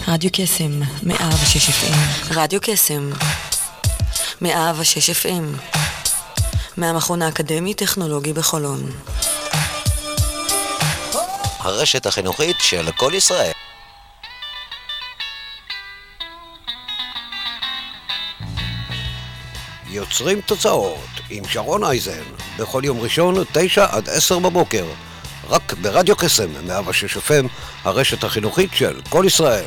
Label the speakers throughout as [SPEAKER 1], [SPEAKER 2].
[SPEAKER 1] רדיו קסם, 106 FM. רדיו קסם, 106 FM. מהמכון האקדמי-טכנולוגי בחולון.
[SPEAKER 2] הרשת החינוכית של כל ישראל. יוצרים תוצאות עם שרון אייזן, בכל יום ראשון 9 עד 10 בבוקר. רק ברדיו קסם, 106 FM, הרשת החינוכית של כל ישראל.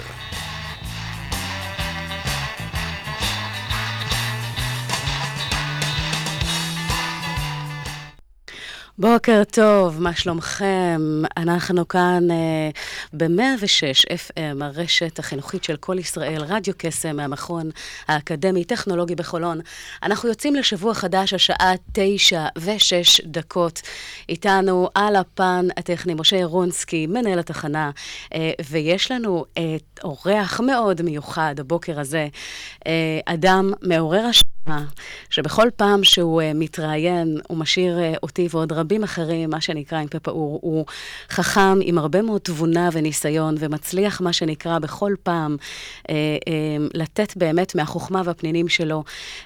[SPEAKER 3] בוקר טוב, מה שלומכם? אנחנו כאן ב-106 FM, הרשת החינוכית של כל ישראל, רדיו קסם מהמכון האקדמי-טכנולוגי בחולון. אנחנו יוצאים לשבוע חדש, השעה 9:06. איתנו על הפן הטכני, משה ירונסקי, מנהל התחנה, ויש לנו אורח מאוד מיוחד הבוקר הזה, אדם מעורר השראה, שבכל פעם שהוא מתראיין, הוא משאיר אותי ועוד רבים אחרים, מה שנקרא עם פה פעור, הוא חכם עם הרבה מאוד תבונה וניסיון, ומצליח מה שנקרא בכל פעם לתת באמת מהחוכמה והפנינים שלו,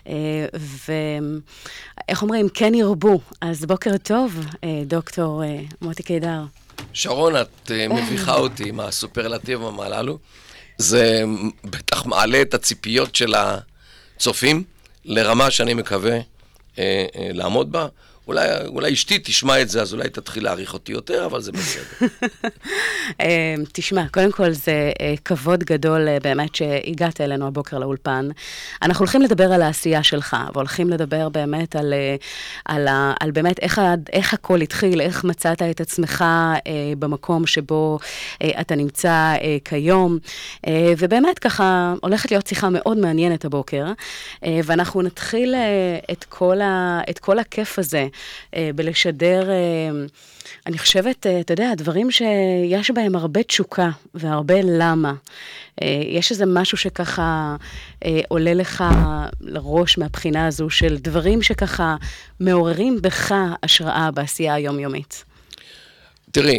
[SPEAKER 3] ואיך אומרים, כן ירבו. אז בוקר טוב, דוקטור מוטי קידר.
[SPEAKER 4] שרון, את מביכה אותי עם הסופרלטיבים הללו. זה בטח מעלה את הציפיות של הצופים לרמה שאני מקווה לעמוד בה. אולי אשתי תשמע את זה, אז אולי תתחיל להעריך אותי יותר, אבל זה בסדר.
[SPEAKER 3] תשמע, קודם כל זה כבוד גדול באמת שהגעת אלינו הבוקר לאולפן. אנחנו הולכים לדבר על העשייה שלך, והולכים לדבר באמת על באמת איך הכל התחיל, איך מצאת את עצמך במקום שבו אתה נמצא כיום, ובאמת ככה הולכת להיות שיחה מאוד מעניינת הבוקר, ואנחנו נתחיל את כל הכיף הזה, בלשדר, אני חושבת, אתה יודע, דברים שיש בהם הרבה תשוקה והרבה למה. יש איזה משהו שככה עולה לך לראש מהבחינה הזו של דברים שככה מעוררים בך השראה בעשייה היומיומית.
[SPEAKER 4] תראי,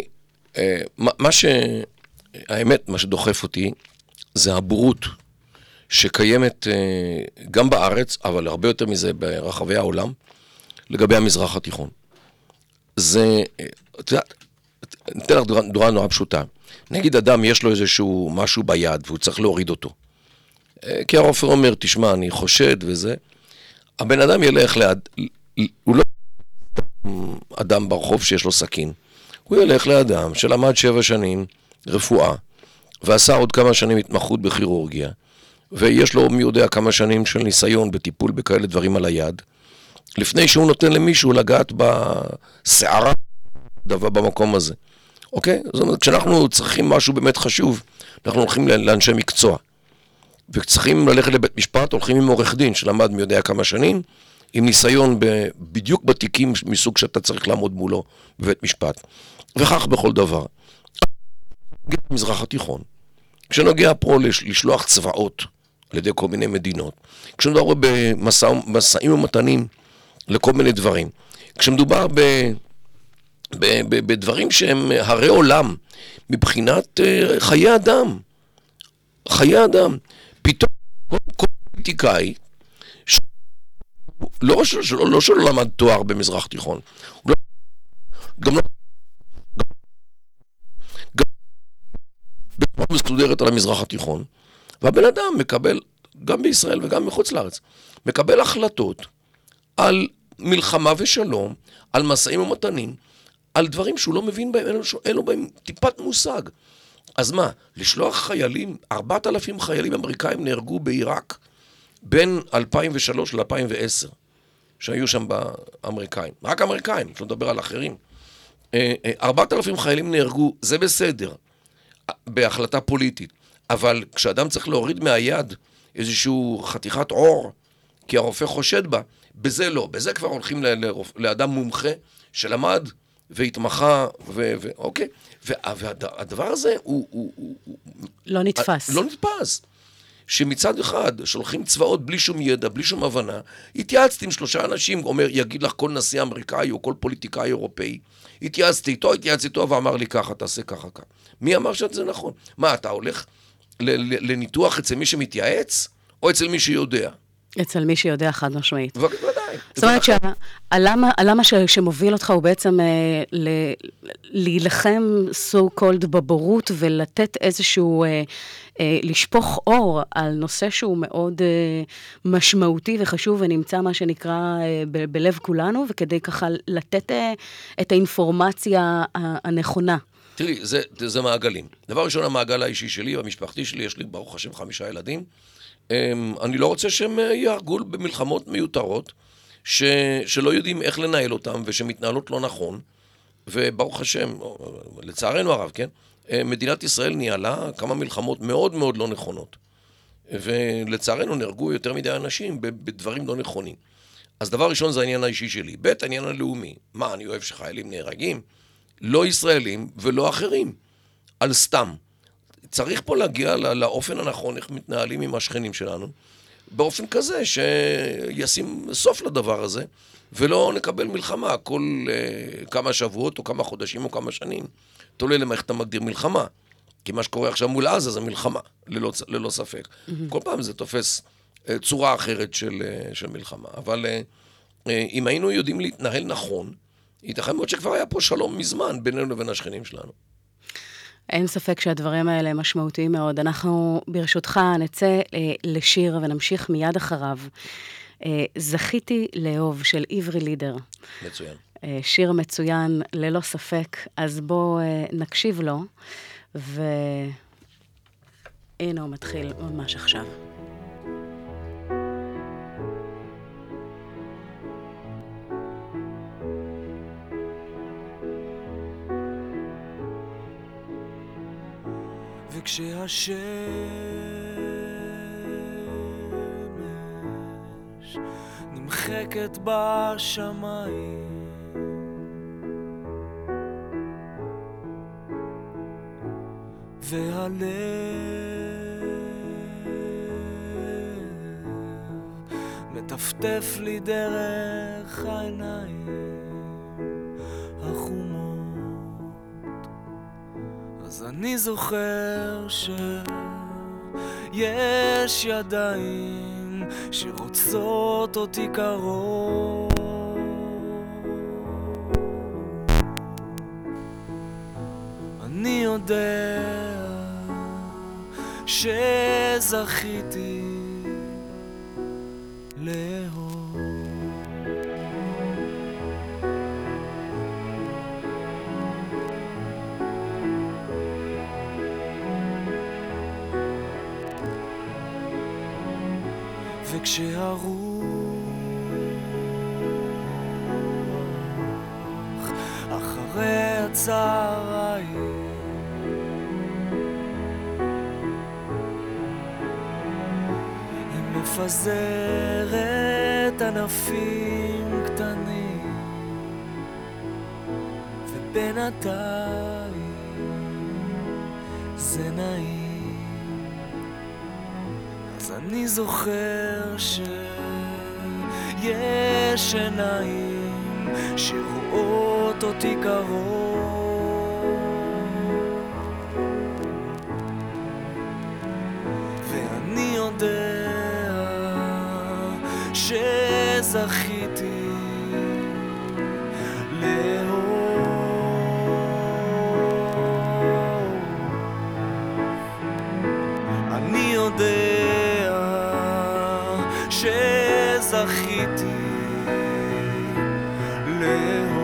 [SPEAKER 4] האמת, מה שדוחף אותי זה הבורות שקיימת גם בארץ, אבל הרבה יותר מזה ברחבי העולם, לגבי המזרח התיכון. זה, את יודעת, ניתן לך דוגמה נורא פשוטה. נגיד אדם יש לו איזשהו משהו ביד, והוא צריך להוריד אותו. כי הרופא אומר, תשמע, אני חושד וזה. הבן אדם ילך הוא לא אדם ברחוב שיש לו סכין. הוא ילך לאדם שלמד 7 שנים רפואה, ועשה עוד כמה שנים התמחות בכירורגיה, ויש לו מי יודע כמה שנים של ניסיון בטיפול בכאלה דברים על היד, לפני שהוא נותן למישהו לגעת בשערה דבר במקום הזה. אוקיי? זאת אומרת, כשאנחנו צריכים משהו באמת חשוב, אנחנו הולכים לאנשי מקצוע. וצריכים ללכת לבית משפט, הולכים עם עורך דין שלמד מי יודע כמה שנים, עם ניסיון בדיוק בתיקים מסוג שאתה צריך לעמוד מולו בבית משפט. וכך בכל דבר. מזרח התיכון. כשנוגע פה לשלוח צבאות על ידי כל מיני מדינות, כשנדבר במשאים ומתנים לכל מיני דברים. כשמדובר בדברים שהם הרי עולם, מבחינת חיי אדם, פתאום כל פוליטיקאי, לא שלא למד תואר במזרח תיכון, גם בצורה מסודרת על המזרח התיכון, והבן אדם מקבל, גם בישראל וגם מחוץ לארץ, מקבל החלטות על מלחמה ושלום, על משאים ומתנים, על דברים שהוא לא מבין בהם, אין לו בהם טיפת מושג. אז מה, לשלוח חיילים, 4,000 חיילים אמריקאים נהרגו בעיראק, בין 2003 ל-2010, שהיו שם באמריקאים. רק אמריקאים, שלא נדבר על אחרים. 4,000 חיילים נהרגו, זה בסדר, בהחלטה פוליטית. אבל כשאדם צריך להוריד מהיד איזשהו חתיכת עור, כי הרופא חושד בה, בזה לא. בזה כבר הולכים לאדם מומחה שלמד והתמחה, אוקיי? והדבר הזה הוא
[SPEAKER 3] לא נתפס.
[SPEAKER 4] לא נתפס. שמצד אחד שולחים צבאות בלי שום ידע, בלי שום הבנה, התייעצתי עם 3 אנשים, יגיד לך כל נשיא אמריקאי או כל פוליטיקאי אירופאי, התייעצתי איתו ואמר לי ככה, תעשה ככה. מי אמר שזה נכון? מה, אתה הולך לניתוח אצל מי שמתייעץ, או אצל מי שיודע?
[SPEAKER 3] אצל מי שיודע חד משמעית.
[SPEAKER 4] ודאי.
[SPEAKER 3] זאת אומרת שהלמה שמוביל אותך הוא בעצם להילחם so called בבורות ולתת איזשהו, לשפוך אור על נושא שהוא מאוד משמעותי וחשוב ונמצא מה שנקרא בלב כולנו, וכדי ככה לתת את האינפורמציה הנכונה.
[SPEAKER 4] תראי, זה מעגלים. דבר ראשון, המעגל האישי שלי, המשפחתי שלי, יש לי ברוך השם 5 ילדים. אני לא רוצה שהם יהרגו במלחמות מיותרות, שלא יודעים איך לנהל אותם, ושמתנהלות לא נכון, וברוך השם, לצערנו הרב, כן? מדינת ישראל ניהלה כמה מלחמות מאוד מאוד לא נכונות, ולצערנו נהרגו יותר מדי אנשים בדברים לא נכונים. אז דבר ראשון זה העניין האישי שלי. ב', העניין הלאומי. מה, אני אוהב שחיילים נהרגים? לא ישראלים ולא אחרים, על סתם. צריך פה להגיע לאופן הנכון, איך מתנהלים עם השכנים שלנו, באופן כזה שישים סוף לדבר הזה, ולא נקבל מלחמה כל כמה שבועות או כמה חודשים או כמה שנים. תולה למה איך אתה מגדיר מלחמה, כי מה שקורה עכשיו מול עזה זה מלחמה, ללא ספק. כל פעם זה תופס צורה אחרת של מלחמה, אבל אם היינו יודעים להתנהל נכון, ייתכן מאוד שכבר היה פה שלום מזמן בינינו לבין השכנים שלנו.
[SPEAKER 3] אין ספק שהדברים האלה משמעותיים מאוד. אנחנו ברשותך נצא לשיר ונמשיך מיד אחריו. זכיתי לאהוב של עברי לידר.
[SPEAKER 4] מצוין.
[SPEAKER 3] שיר מצוין ללא ספק, אז בוא נקשיב לו, והנה הוא מתחיל ממש עכשיו.
[SPEAKER 5] וכשהשמש נמחקת בשמיים והלב מטפטף לי דרך העיניים החומות, אז אני זוכר שיש ידיים שרוצות אותי קרוב, אני יודע שזכיתי לאהוב. וכשהרוח אחרי הצהריים היא מפזרת ענפים קטנים, ובינתיים זה נעים, אז אני זוכר שיש עיניים שרואות אותי קרוב, ואני יודע שזכיתי לאהוב. אני יודע שזכיתי לאהוב.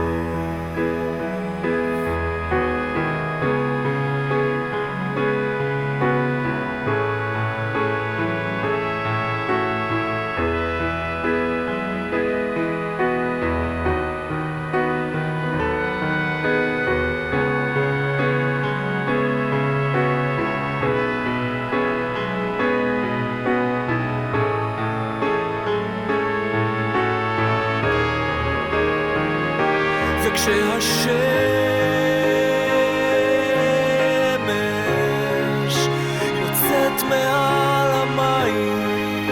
[SPEAKER 5] וכשהשמש יוצאת מעל המים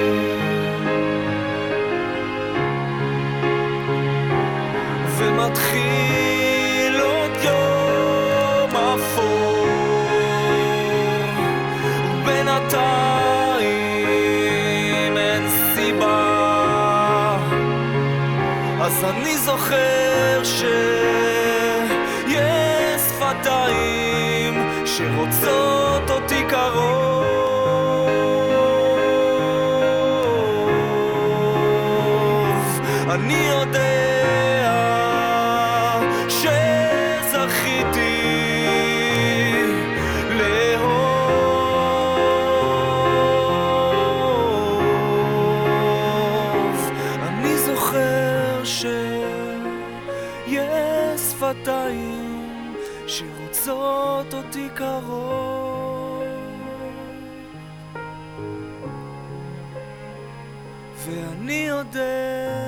[SPEAKER 5] ומתחיל עוד יום אפור, שפתיים שרוצות אותי קרוב. אני יודע שזכיתי לאהוב. אני זוכר שיש שפתיים שרוצות אותי קרוב, ואני יודע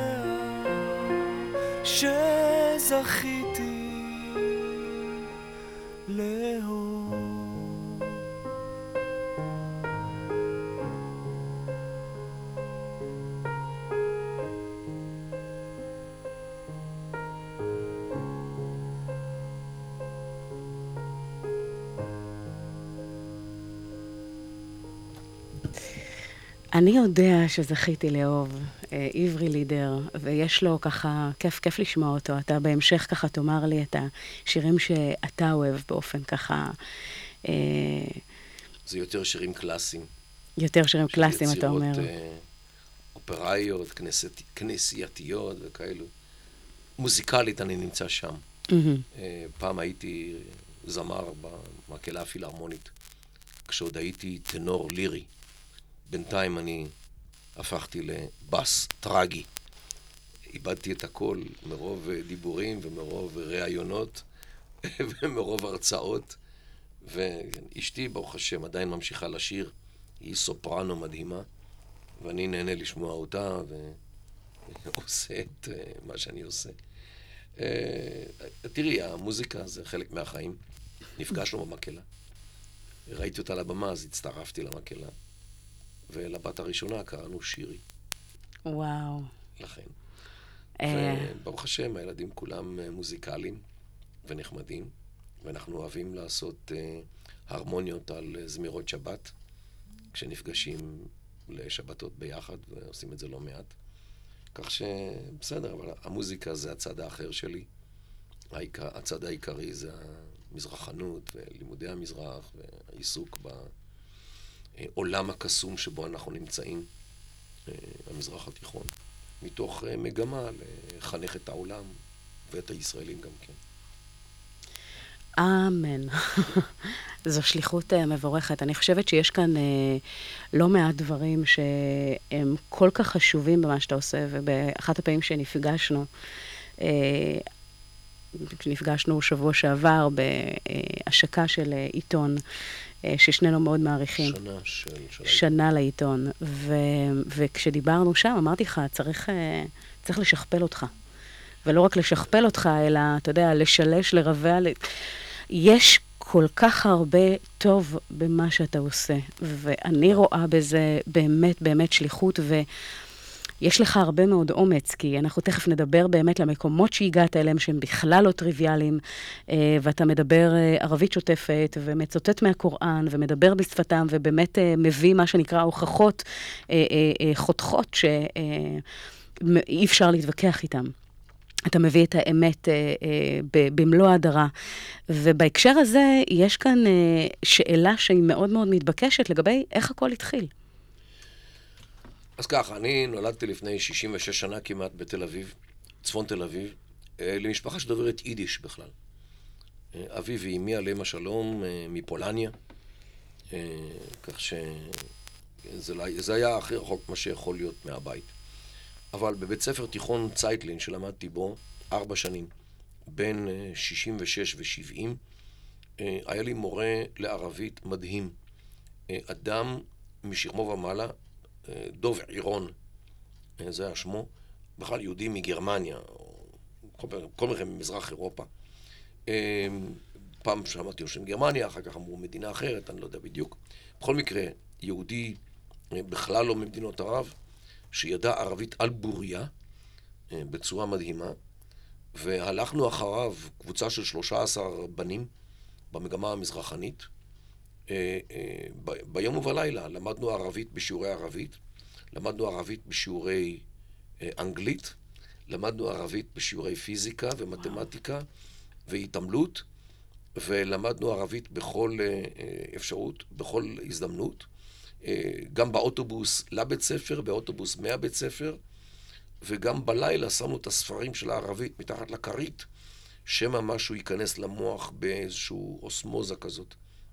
[SPEAKER 5] שזכיתי לאהוב.
[SPEAKER 3] אני יודע שזכיתי לאהוב, עברי לידר, ויש לו ככה, כיף לשמוע אותו. אתה בהמשך ככה תאמר לי את השירים שאתה אוהב באופן ככה...
[SPEAKER 4] זה יותר שירים קלאסיים.
[SPEAKER 3] יותר שירים קלאסיים, אתה אומר.
[SPEAKER 4] יצירות אופראיות, כנסייתיות וכאלו. מוזיקלית אני נמצא שם. פעם הייתי זמר במקהלה הפילהרמונית, כשעוד הייתי טנור לירי. בינתיים אני הפכתי לבאס טרגי. איבדתי את הכל מרוב דיבורים ומרוב ראיונות ומרוב הרצאות. ואשתי, ברוך השם, עדיין ממשיכה לשיר. היא סופרנו מדהימה, ואני נהנה לשמוע אותה ועושה את מה שאני עושה. תראי, המוזיקה זה חלק מהחיים. נפגשנו במקהלה. ראיתי אותה לבמה, אז הצטרפתי למקהלה. ולבת הראשונה קראנו שירי.
[SPEAKER 3] וואו.
[SPEAKER 4] לכן. וברוך השם, הילדים כולם מוזיקליים ונחמדים, ואנחנו אוהבים לעשות הרמוניות על זמירות שבת, כשנפגשים לשבתות ביחד, ועושים את זה לא מעט. כך שבסדר, אבל המוזיקה זה הצד האחר שלי. הצד העיקרי זה המזרחנות ולימודי המזרח והעיסוק עולם הקסום שבו אנחנו נמצאים, המזרח התיכון, מתוך מגמה לחנך את העולם ואת הישראלים גם כן.
[SPEAKER 3] אמן. זו שליחות מבורכת. אני חושבת שיש כאן לא מעט דברים שהם כל כך חשובים במה שאתה עושה, ובאחת הפעמים שנפגשנו, שבוע שעבר בהשקה של עיתון, ששנינו מאוד מעריכים. שנה לעיתון. וכשדיברנו שם, אמרתי לך, צריך לשכפל אותך. ולא רק לשכפל אותך, אלא, אתה יודע, לשלש, לרבע. יש כל כך הרבה טוב במה שאתה עושה. ואני רואה בזה באמת שליחות, יש לך הרבה מאוד אומץ, כי אנחנו תכף נדבר באמת למקומות שהגעת אליהם, שהם בכלל לא טריוויאליים, ואתה מדבר ערבית שוטפת, ומצוטט מהקוראן, ומדבר בשפתם, ובאמת מביא מה שנקרא הוכחות חותכות, שאי אפשר להתווכח איתם. אתה מביא את האמת במלוא הדרה. ובהקשר הזה, יש כאן שאלה שהיא מאוד מאוד מתבקשת, לגבי איך הכל התחיל.
[SPEAKER 4] אז ככה, אני נולדתי לפני 66 שנה כמעט בתל אביב, צפון תל אביב, למשפחה שדוברת יידיש בכלל. אבי ואמי עליהם השלום מפולניה, כך שזה היה הכי רחוק מה שיכול להיות מהבית. אבל בבית ספר תיכון צייטלין שלמדתי בו 4 שנים, בין 66 ו-70, היה לי מורה לערבית מדהים. אדם משכמו ומעלה, דוב עירון, זה היה שמו, בכלל יהודי מגרמניה, כל מיני ממזרח אירופה. פעם שמעתי לו שם גרמניה, אחר כך אמרו מדינה אחרת, אני לא יודע בדיוק. בכל מקרה, יהודי בכלל לא ממדינות ערב, שידע ערבית על בוריה, בצורה מדהימה, והלכנו אחריו קבוצה של 13 בנים במגמה המזרחנית. ביום ובלילה למדנו ערבית בשיעורי ערבית, למדנו ערבית בשיעורי אנגלית, למדנו ערבית בשיעורי פיזיקה ומתמטיקה והתעמלות, ולמדנו ערבית בכל אפשרות, בכל הזדמנות, גם באוטובוס לבית ספר, באוטובוס מהבית ספר, וגם בלילה שמנו את הספרים של הערבית מתחת לכרית, שמא משהו ייכנס למוח באיזשהו אוסמוזה כזאת.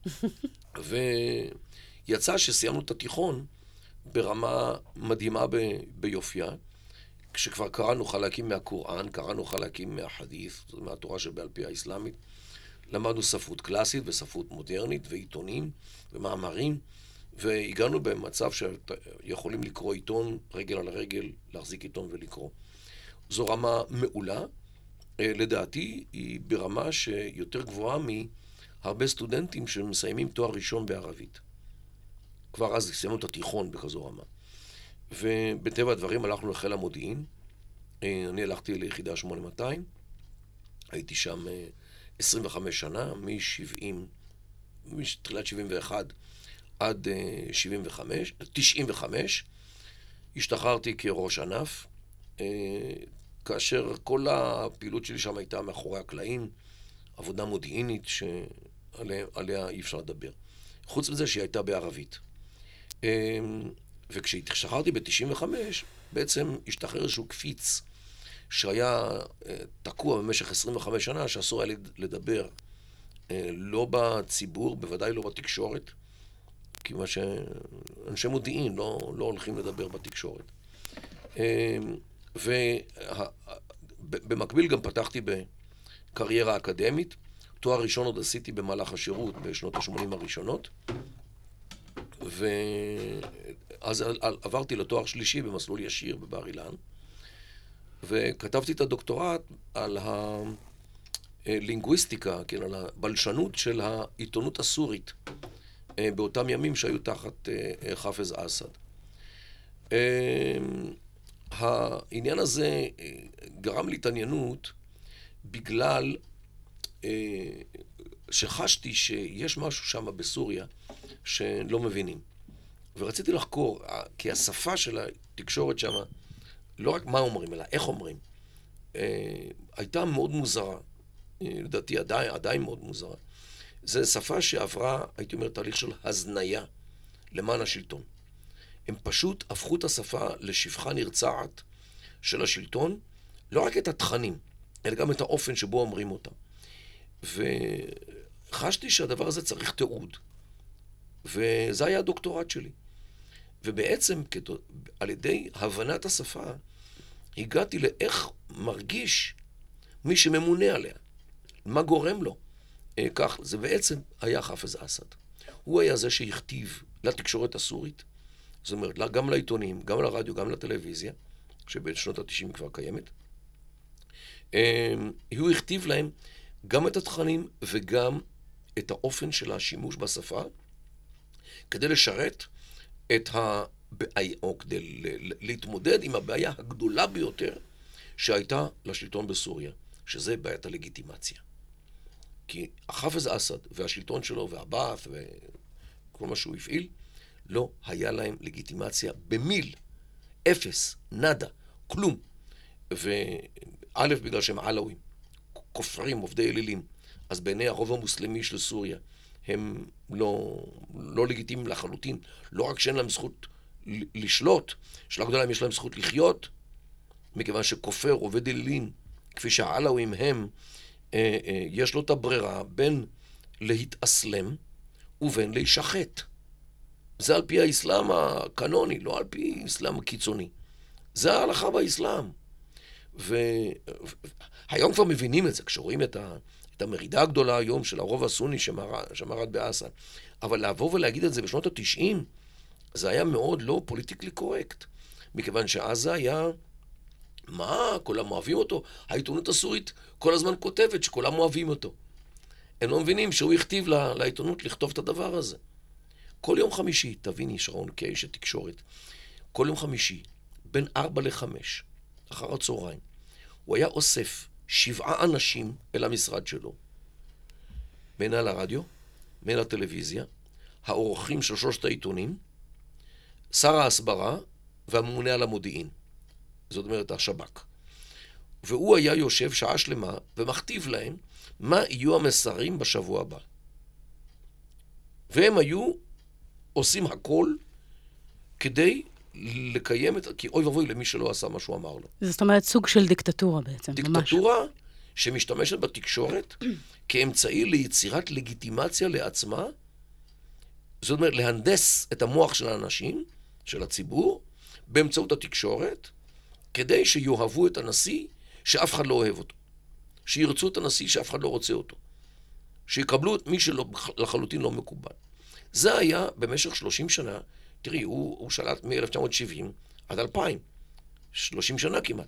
[SPEAKER 4] ויצא שסיימנו את התיכון ברמה מדהימה ביופייה, כשכבר קראנו חלקים מהקוראן, קראנו חלקים מהחדית', מהתורה שבעל פי האסלאמית, למדנו ספרות קלאסית וספרות מודרנית ועיתונים ומאמרים, והגענו במצב שיכולים לקרוא עיתון רגל על רגל, להחזיק עיתון ולקרוא. זו רמה מעולה, לדעתי היא ברמה שיותר גבוהה מהרבה סטודנטים שמסיימים תואר ראשון בערבית. כבר אז סיימנו את התיכון בכזו רמה. ובטבע הדברים הלכנו לחיל המודיעין, אני הלכתי ליחידה 8200, הייתי שם 25 שנה, מתחילת 71 עד 95, השתחררתי כראש ענף, כאשר כל הפעילות שלי שם הייתה מאחורי הקלעים, עבודה מודיעינית שעליה אי אפשר לדבר. חוץ מזה שהיא הייתה בערבית. וכשהשתחררתי ב-95, בעצם השתחרר איזשהו קפיץ שהיה תקוע במשך 25 שנה, שאסור היה לדבר לא בציבור, בוודאי לא בתקשורת, כי מה שאנשי מודיעין לא הולכים לדבר בתקשורת. ובמקביל גם פתחתי בקריירה אקדמית, תואר ראשון עוד עשיתי במהלך השירות בשנות ה-80 הראשונות, ואז עברתי לתואר שלישי במסלול ישיר בבר אילן, וכתבתי את הדוקטורט על הלינגוויסטיקה, כן, על הבלשנות של העיתונות הסורית באותם ימים שהיו תחת חאפז אסד. העניין הזה גרם לי התעניינות בגלל שחשתי שיש משהו שם בסוריה שלא מבינים. ורציתי לחקור, כי השפה של התקשורת שם, לא רק מה אומרים, אלא איך אומרים, הייתה מאוד מוזרה. לדעתי עדיין מאוד מוזרה. זו שפה שעברה, הייתי אומר, תהליך של הזניה למען השלטון. הם פשוט הפכו את השפה לשפחה נרצעת של השלטון, לא רק את התכנים, אלא גם את האופן שבו אומרים אותם. וחשתי שהדבר הזה צריך תיעוד. וזה היה הדוקטורט שלי. ובעצם, על ידי הבנת השפה, הגעתי לאיך מרגיש מי שממונה עליה. מה גורם לו? כך, זה בעצם היה חאפז אסד. הוא היה זה שהכתיב לתקשורת הסורית, זאת אומרת, גם לעיתונים, גם לרדיו, גם לטלוויזיה, שבשנות ה-90 כבר קיימת. הוא הכתיב להם גם את התכנים וגם את האופן של השימוש בשפה, כדי לשרת את הבעיה, או כדי להתמודד עם הבעיה הגדולה ביותר שהייתה לשלטון בסוריה, שזה בעיית הלגיטימציה. כי חאפז אסד והשלטון שלו והבעת' וכל מה שהוא הפעיל, לא היה להם לגיטימציה במיל, אפס, נדה, כלום. וא' בגלל שהם עלווים, כופרים, עובדי אלילים, אז בעיני הרוב המוסלמי של סוריה הם לא לגיטימיים לחלוטין. לא רק שאין להם זכות לשלוט, שלא גדולה יש להם זכות לחיות, מכיוון שכופר, עובד אלילים, כפי שהעלווים הם, יש לו את הברירה בין להתאסלם ובין להישחט. זה על פי האסלאם הקנוני, לא על פי האסלאם הקיצוני. זה ההלכה באסלאם. והיום כבר מבינים את זה, כשרואים את המרידה הגדולה היום של הרוב הסוני שמרד באסד. אבל לעבור ולהגיד את זה בשנות ה-90, זה היה מאוד לא פוליטיקלי קורקט. מכיוון שאז זה היה, מה? כולם אוהבים אותו? העיתונות הסורית כל הזמן כותבת שכולם אוהבים אותו. הם לא מבינים שהוא הכתיב לעיתונות לכתוב את הדבר הזה. כל יום חמישי, תביני שרון, כאיש התקשורת, כל יום חמישי, בין 4 ל-5, אחר הצהריים, הוא היה אוסף 7 אנשים אל המשרד שלו, מנהל הרדיו, מנהל הטלוויזיה, האורחים של 3 העיתונים, שר ההסברה והממונה על המודיעין. זאת אומרת, השב"כ. והוא היה יושב שעה שלמה ומכתיב להם מה יהיו המסרים בשבוע הבא. והם היו עושים הכל כדי לקיים את... כי אוי ואבוי למי שלא עשה מה שהוא אמר לו.
[SPEAKER 3] זאת אומרת, סוג של דיקטטורה בעצם, ממש.
[SPEAKER 4] דיקטטורה שמשתמשת בתקשורת כאמצעי ליצירת לגיטימציה לעצמה, זאת אומרת, להנדס את המוח של האנשים, של הציבור, באמצעות התקשורת, כדי שיאהבו את הנשיא שאף אחד לא אוהב אותו. שירצו את הנשיא שאף אחד לא רוצה אותו. שיקבלו את מי שלחלוטין לא מקובל. זה היה במשך 30 שנה, תראי, הוא שלט מ-1970 עד 2000, 30 שנה כמעט.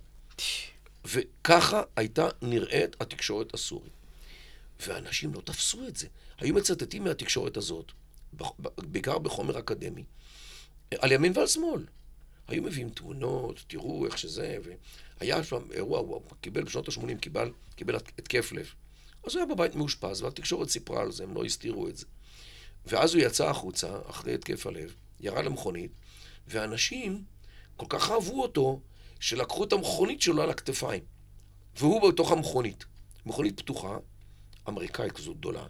[SPEAKER 4] וככה הייתה נראית התקשורת הסורית. ואנשים לא תפסו את זה. היו מצטטים מהתקשורת הזאת, בעיקר בחומר אקדמי, על ימין ועל שמאל. היו מביאים תמונות, תראו איך שזה, והיה שם אירוע, הוא קיבל בשנות ה-80, קיבל התקף לב. אז הוא היה בבית מאושפז, והתקשורת סיפרה על זה, הם לא הסתירו את זה. ואז הוא יצא החוצה, אחרי התקף הלב, ירד למכונית, ואנשים כל כך אהבו אותו, שלקחו את המכונית שלו על הכתפיים. והוא בתוך המכונית. מכונית פתוחה, אמריקאית כזו גדולה,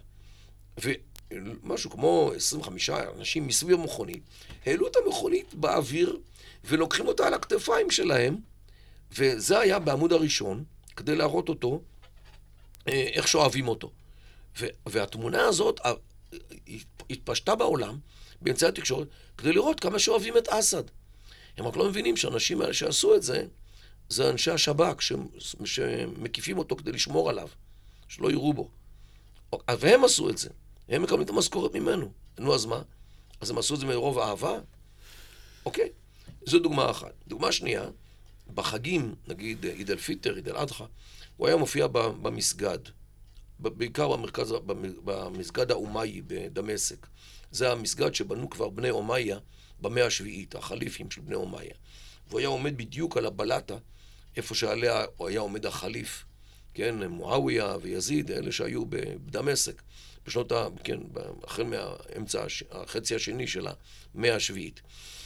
[SPEAKER 4] ומשהו כמו 25 אנשים מסביב המכונית, העלו את המכונית באוויר, ולוקחים אותה על הכתפיים שלהם, וזה היה בעמוד הראשון, כדי להראות אותו, איך שאוהבים אותו. והתמונה הזאת התפשטה בעולם, באמצעי התקשורת, כדי לראות כמה שאוהבים את אסד. הם רק לא מבינים שאנשים האלה שעשו את זה, זה אנשי השב"כ שמקיפים אותו כדי לשמור עליו, שלא יראו בו. והם עשו את זה. הם מקבלים את המשכורת ממנו. נו, אז מה? אז הם עשו את זה מרוב אהבה? אוקיי. זו דוגמה אחת. דוגמה שנייה, בחגים, נגיד עיד אל פיטר, עיד אל אדחא, הוא היה מופיע במסגד, בעיקר במסגד האומאי בדמשק. זה המסגד שבנו כבר בני אומיה במאה השביעית, החליפים של בני אומיה. והוא היה עומד בדיוק על הבלטה, איפה שעליה היה עומד החליף, כן, מועאוויה ויזיד, אלה שהיו בדמשק, בשנות כן, החל מהאמצע, החצי השני של המאה השביעית.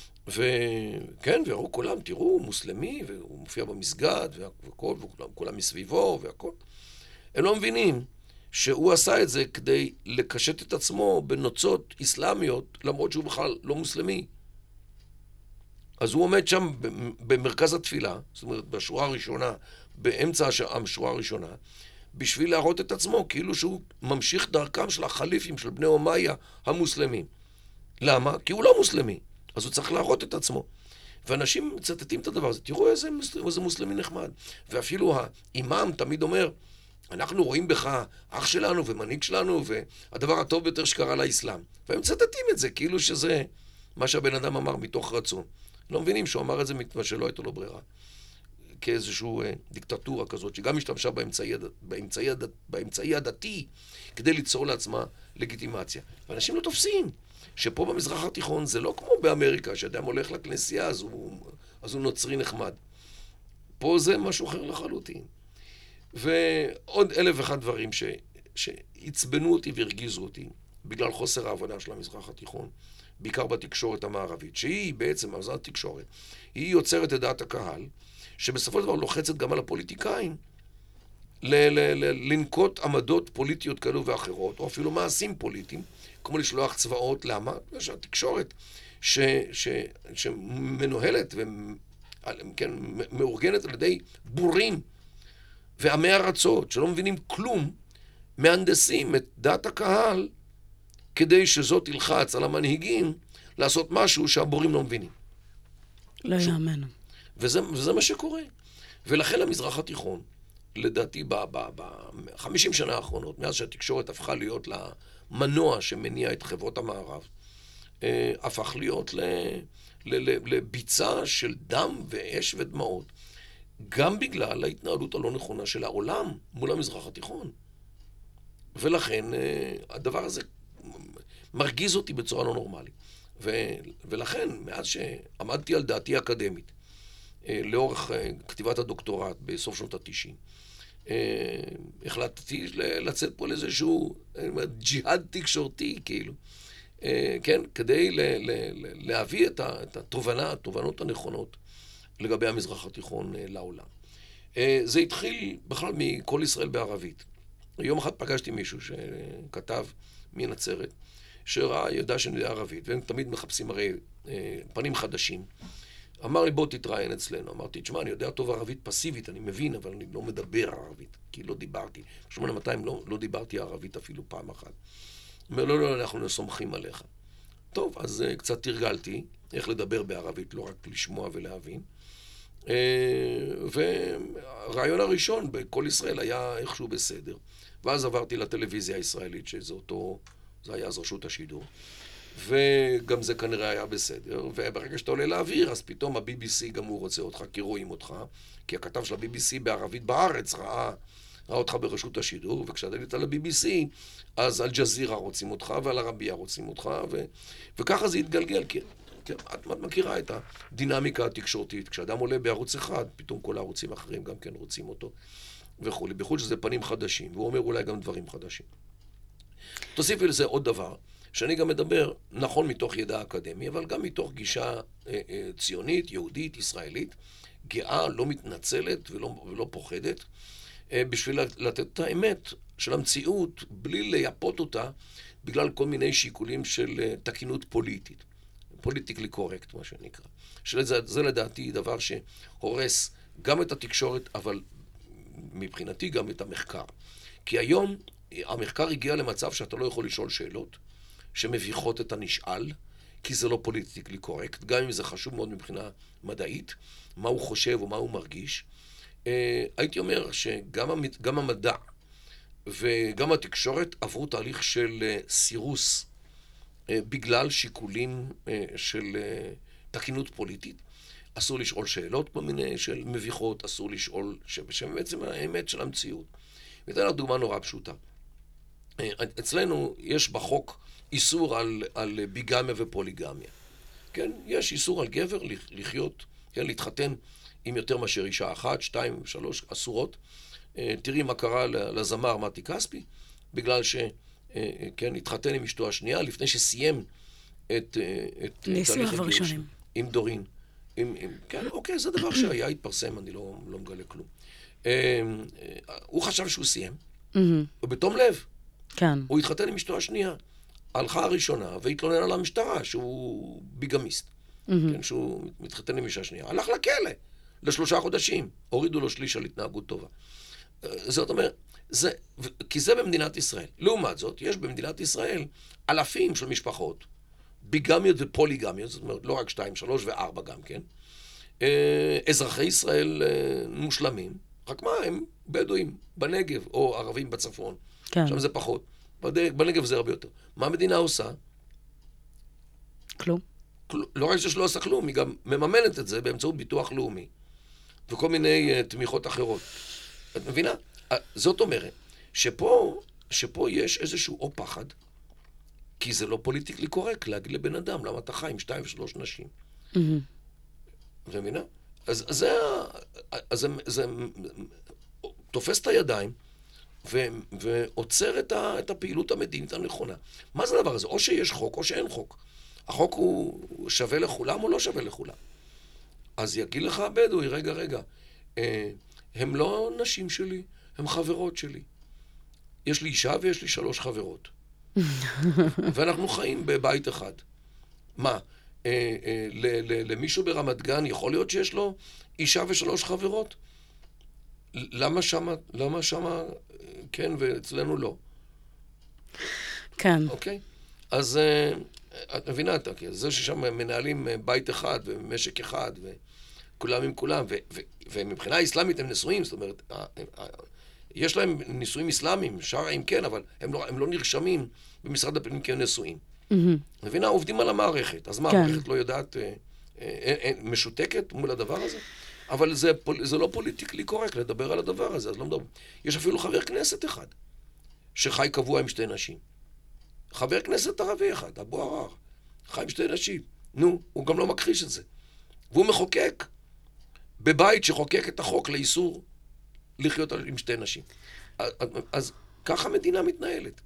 [SPEAKER 4] וכן, והראו כולם, תראו, מוסלמי, והוא מופיע במסגד, והכל, וכולם מסביבו, והכל. הם לא מבינים שהוא עשה את זה כדי לקשט את עצמו בנוצות אסלאמיות, למרות שהוא בכלל לא מוסלמי. אז הוא עומד שם במרכז התפילה, זאת אומרת, בשורה הראשונה, באמצע השורה הראשונה, בשביל להראות את עצמו, כאילו שהוא ממשיך דרכם של החליפים של בני אומיה המוסלמים. למה? כי הוא לא מוסלמי. אז הוא צריך להראות את עצמו. ואנשים מצטטים את הדבר הזה. תראו איזה מוסלמי נחמד. ואפילו האימאם תמיד אומר, אנחנו רואים בך אח שלנו ומנהיג שלנו, והדבר הטוב ביותר שקרה לאסלאם. והם מצטטים את זה, כאילו שזה מה שהבן אדם אמר מתוך רצון. לא מבינים שהוא אמר את זה מכיוון שלא הייתה לו ברירה. כאיזושהי דיקטטורה כזאת, שגם השתמשה באמצעי הדתי, כדי ליצור לעצמה לגיטימציה. ואנשים לא תופסים. שפה במזרח התיכון זה לא כמו באמריקה, שאדם הולך לכנסייה, אז הוא נוצרי נחמד. פה זה משהו אחר לחלוטין. ועוד 1,001 דברים שהצבנו אותי והרגיזו אותי, בגלל חוסר ההבנה של המזרח התיכון, בעיקר בתקשורת המערבית, שהיא בעצם, אז התקשורת, היא יוצרת את דעת הקהל, שבסופו של דבר לוחצת גם על הפוליטיקאים, לנקוט עמדות פוליטיות כאלו ואחרות, או אפילו מעשים פוליטיים, כמו לשלוח צבאות. למה? שהתקשורת שמנוהלת וכן, מאורגנת על ידי בורים ועמי ארצות, שלא מבינים כלום, מהנדסים את דעת הקהל, כדי שזאת תלחץ על המנהיגים לעשות משהו שהבורים לא מבינים.
[SPEAKER 3] לא יאמן.
[SPEAKER 4] וזה מה שקורה. ולכן המזרח התיכון, לדעתי, ב-50 שנה האחרונות, מאז שהתקשורת הפכה להיות למנוע שמניע את חברות המערב, הפך להיות לביצה של דם ואש ודמעות, גם בגלל ההתנהלות הלא נכונה של העולם מול המזרח התיכון. ולכן הדבר הזה מרגיז אותי בצורה לא נורמלית. ולכן, מאז שעמדתי על דעתי האקדמית, לאורך כתיבת הדוקטורט בסוף שנות ה-90, החלטתי לצאת פה לאיזשהו ג'יהאד תקשורתי, כאילו, כן, כדי להביא את התובנות הנכונות לגבי המזרח התיכון לעולם. זה התחיל בכלל מכל ישראל בערבית. יום אחד פגשתי מישהו שכתב מנצרת, ידע שאני יודע ערבית, והם תמיד מחפשים הרי פנים חדשים. אמר לי, בוא תתראיין אצלנו. אמרתי, תשמע, אני יודע טוב ערבית פסיבית, אני מבין, אבל אני לא מדבר ערבית, כי לא דיברתי. 8200 לא דיברתי ערבית אפילו פעם אחת. אומר, לא, אנחנו סומכים עליך. טוב, אז קצת תרגלתי איך לדבר בערבית, לא רק לשמוע ולהבין. והרעיון הראשון בכל ישראל היה איכשהו בסדר. ואז עברתי לטלוויזיה הישראלית, זה היה אז רשות השידור. וגם זה כנראה היה בסדר, וברגע שאתה עולה לאוויר, אז פתאום ה-BBC גם הוא רוצה אותך, כי רואים אותך, כי הכתב של ה-BBC בערבית בארץ ראה אותך ברשות השידור, וכשאתה עלית ל-BBC, אז אל-ג'זירה רוצים אותך, ואל-ערבייה רוצים אותך, וככה זה התגלגל, כי את מכירה את הדינמיקה התקשורתית, כשאדם עולה בערוץ אחד, פתאום כל הערוצים האחרים גם כן רוצים אותו, וכו'. בחוץ שזה פנים חדשים, והוא אומר אולי גם דברים חדשים. תוסיפי לזה עוד דבר, שאני גם מדבר, נכון מתוך ידע אקדמי, אבל גם מתוך גישה ציונית, יהודית, ישראלית, גאה, לא מתנצלת ולא פוחדת, בשביל לתת את האמת של המציאות, בלי לייפות אותה, בגלל כל מיני שיקולים של תקינות פוליטית. פוליטיקלי קורקט, מה שנקרא. זה לדעתי דבר שהורס גם את התקשורת, אבל מבחינתי גם את המחקר. כי היום המחקר הגיע למצב שאתה לא יכול לשאול שאלות, שמביכות את הנשאל, כי זה לא פוליטיקלי קורקט, גם אם זה חשוב מאוד מבחינה מדעית, מה הוא חושב או מה הוא מרגיש. הייתי אומר שגם המדע וגם התקשורת עברו תהליך של סירוס, בגלל שיקולים של תקינות פוליטית. אסור לשאול שאלות במיני של מביכות, אסור לשאול שבעצם האמת של המציאות. ניתן לך דוגמה נורא פשוטה. אצלנו יש בחוק איסור על ביגמיה ופוליגמיה. כן? יש איסור על גבר לחיות, כן? להתחתן עם יותר מאשר אישה אחת, 2, 3 אסורות. תראי מה קרה לזמר מתי כספי, בגלל כן, התחתן עם אשתו השנייה, לפני שסיים את
[SPEAKER 3] ניסוייו הראשונים.
[SPEAKER 4] עם דורין. כן, אוקיי, זה דבר שהיה, התפרסם, אני לא מגלה כלום. הוא חשב שהוא סיים, ובתום לב,
[SPEAKER 3] כן.
[SPEAKER 4] הוא התחתן עם אשתו השנייה. הלכה הראשונה והתלונן על המשטרה שהוא ביגמיסט, כן, שהוא מתחתן עם אישה שנייה. הלך לכלא ל3 חודשים, הורידו לו שליש על התנהגות טובה. זאת אומרת, כי זה במדינת ישראל. לעומת זאת, יש במדינת ישראל אלפים של משפחות, ביגמיות ופוליגמיות, זאת אומרת, לא רק 2, 3 ו4 גם כן, אזרחי ישראל מושלמים, רק מה, הם בדואים בנגב, או ערבים בצפון.
[SPEAKER 3] כן.
[SPEAKER 4] שם זה פחות. בנגב זה הרבה יותר. מה המדינה עושה?
[SPEAKER 3] כלום.
[SPEAKER 4] לא רק שלא עושה כלום, היא גם מממנת את זה באמצעות ביטוח לאומי, וכל מיני תמיכות אחרות. את מבינה? זאת אומרת, שפה יש איזשהו או פחד, כי זה לא פוליטיקלי קורקט להגיד לבן אדם, למה אתה חי עם 2 ו3 נשים. מבינה? אז זה תופס את הידיים, ועוצר את הפעילות המדינית הנכונה. מה זה הדבר הזה? או שיש חוק או שאין חוק. החוק הוא שווה לכולם או לא שווה לכולם. אז יגיד לך הבדואי, רגע, הם לא נשים שלי, הם חברות שלי. יש לי אישה ויש לי 3 חברות. ואנחנו חיים בבית אחד. מה? למישהו ברמת גן יכול להיות שיש לו אישה ו3 חברות? למה שמה כן ואצלנו לא?
[SPEAKER 3] כן.
[SPEAKER 4] אוקיי? אז את מבינה, זה ששם מנהלים בית אחד ומשק אחד וכולם עם כולם, ומבחינה איסלאמית הם נשואים, זאת אומרת, יש להם נישואים איסלאמיים, שרעים כן, אבל הם לא נרשמים במשרד הפנים כנשואים. מבינה, עובדים על המערכת, אז מה, המערכת לא יודעת, משותקת מול הדבר הזה? אבל זה לא פוליטיקלי קורקט לדבר על הדבר הזה, אז לא מדבר. יש אפילו חבר כנסת אחד, שחי קבוע עם 2 נשים. חבר כנסת ערבי אחד, אבו עראר, חי עם 2 נשים. נו, הוא גם לא מכחיש את זה. והוא מחוקק בבית שחוקק את החוק לאיסור לחיות עם 2 נשים. אז ככה המדינה מתנהלת.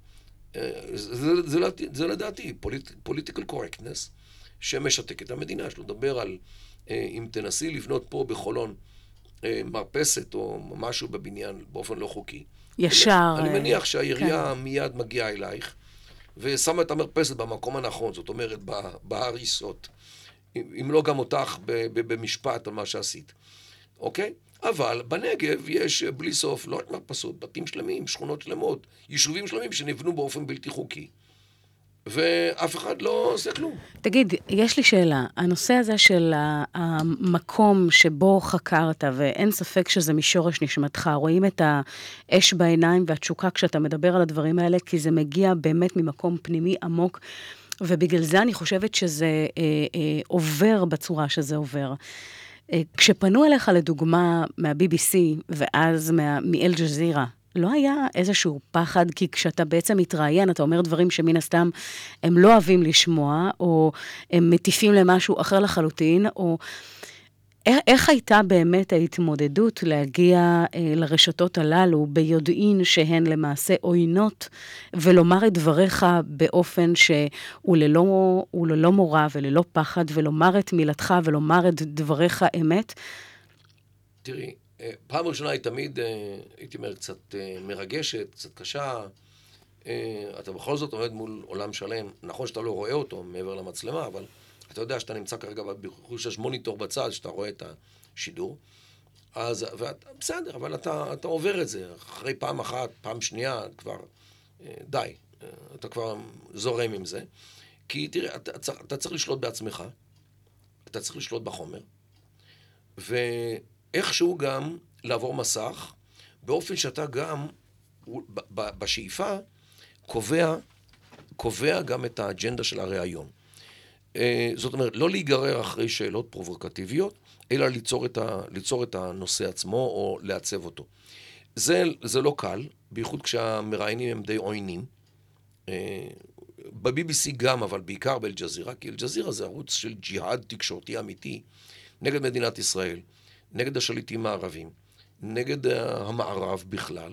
[SPEAKER 4] זה לדעתי, political correctness, שמשתק את המדינה. שלא לדבר על, אם תנסי לבנות פה בחולון מרפסת או משהו בבניין באופן לא חוקי,
[SPEAKER 3] ישר.
[SPEAKER 4] אני מניח שהעירייה מיד מגיעה אלייך, ושמה את המרפסת במקום הנכון, זאת אומרת, בהריסות. אם לא גם אותך במשפט על מה שעשית. אוקיי? אבל בנגב יש בלי סוף, לא רק מרפסות, בתים שלמים, שכונות שלמות, יישובים שלמים שנבנו באופן בלתי חוקי. ואף אחד לא עושה כלום.
[SPEAKER 3] תגיד, יש לי שאלה. הנושא הזה של המקום שבו חקרת, ואין ספק שזה משורש נשמתך, רואים את האש בעיניים והתשוקה כשאתה מדבר על הדברים האלה, כי זה מגיע באמת ממקום פנימי עמוק, ובגלל זה אני חושבת שזה עובר בצורה שזה עובר. כשפנו אליך לדוגמה מה-BBC ואז מאל-ג'זירה, לא היה איזשהו פחד, כי כשאתה בעצם מתראיין, אתה אומר דברים שמן הסתם הם לא אוהבים לשמוע, או הם מטיפים למשהו אחר לחלוטין, או איך הייתה באמת ההתמודדות להגיע לרשתות הללו, ביודעין שהן למעשה עוינות, ולומר את דבריך באופן שהוא ללא מורא וללא פחד, ולומר את מילתך ולומר את דבריך אמת?
[SPEAKER 4] תראי, פעם ראשונה היא תמיד, הייתי אומר, קצת מרגשת, קצת קשה. אתה בכל זאת עומד מול עולם שלם. נכון שאתה לא רואה אותו מעבר למצלמה, אבל אתה יודע שאתה נמצא כרגע בחוש יש מוניטור בצד, שאתה רואה את השידור. אז, בסדר, אבל אתה עובר את זה. אחרי פעם אחת, פעם שנייה, כבר די. אתה כבר זורם עם זה. כי תראה, אתה צריך לשלוט בעצמך. אתה צריך לשלוט בחומר. איכשהו גם לעבור מסך, באופן שאתה גם, בשאיפה, קובע גם את האג'נדה של הראיון. זאת אומרת, לא להיגרר אחרי שאלות פרובוקטיביות, אלא ליצור את הנושא עצמו או לעצב אותו. זה לא קל, בייחוד כשהמראיינים הם די עוינים. ב-BBC גם, אבל בעיקר באל-ג'זירה, כי אל-ג'זירה זה ערוץ של ג'יהאד תקשורתי אמיתי נגד מדינת ישראל. נגד השליטים הערבים, נגד המערב בכלל,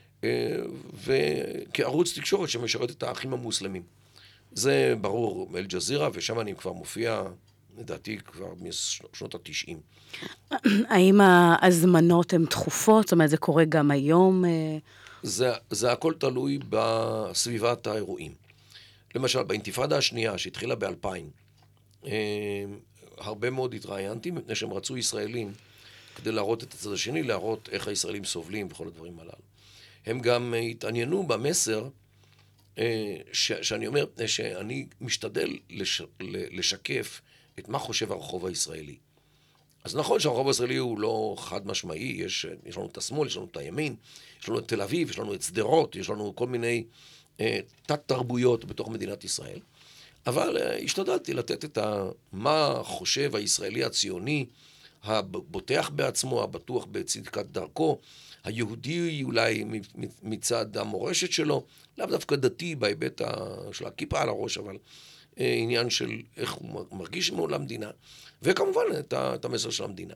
[SPEAKER 4] וכערוץ תקשורת שמשרת את האחים המוסלמים. זה ברור מאל-ג'זירה, ושם אני כבר מופיע, לדעתי, כבר משנות ה-90.
[SPEAKER 3] האם ההזמנות הן תכופות? זאת אומרת, זה קורה גם היום?
[SPEAKER 4] זה הכל תלוי בסביבת האירועים. למשל, באינתיפאדה השנייה, שהתחילה ב-2000, הרבה מאוד התראיינתי, מפני שהם רצו ישראלים, כדי להראות את הצד השני, להראות איך הישראלים סובלים וכל הדברים הללו. הם גם התעניינו במסר, שאני אומר, שאני משתדל לשקף את מה חושב הרחוב הישראלי. אז נכון שהרחוב הישראלי הוא לא חד משמעי, יש לנו את השמאל, יש לנו את הימין, יש לנו את תל אביב, יש לנו את שדרות, יש לנו כל מיני תת תרבויות בתוך מדינת ישראל. אבל השתדלתי לתת את מה חושב הישראלי הציוני, הבוטח בעצמו, הבטוח בצדקת דרכו, היהודי אולי מצד המורשת שלו, לאו דווקא דתי בהיבט של הכיפה על הראש, אבל עניין של איך הוא מרגיש מול המדינה, וכמובן את המסר של המדינה.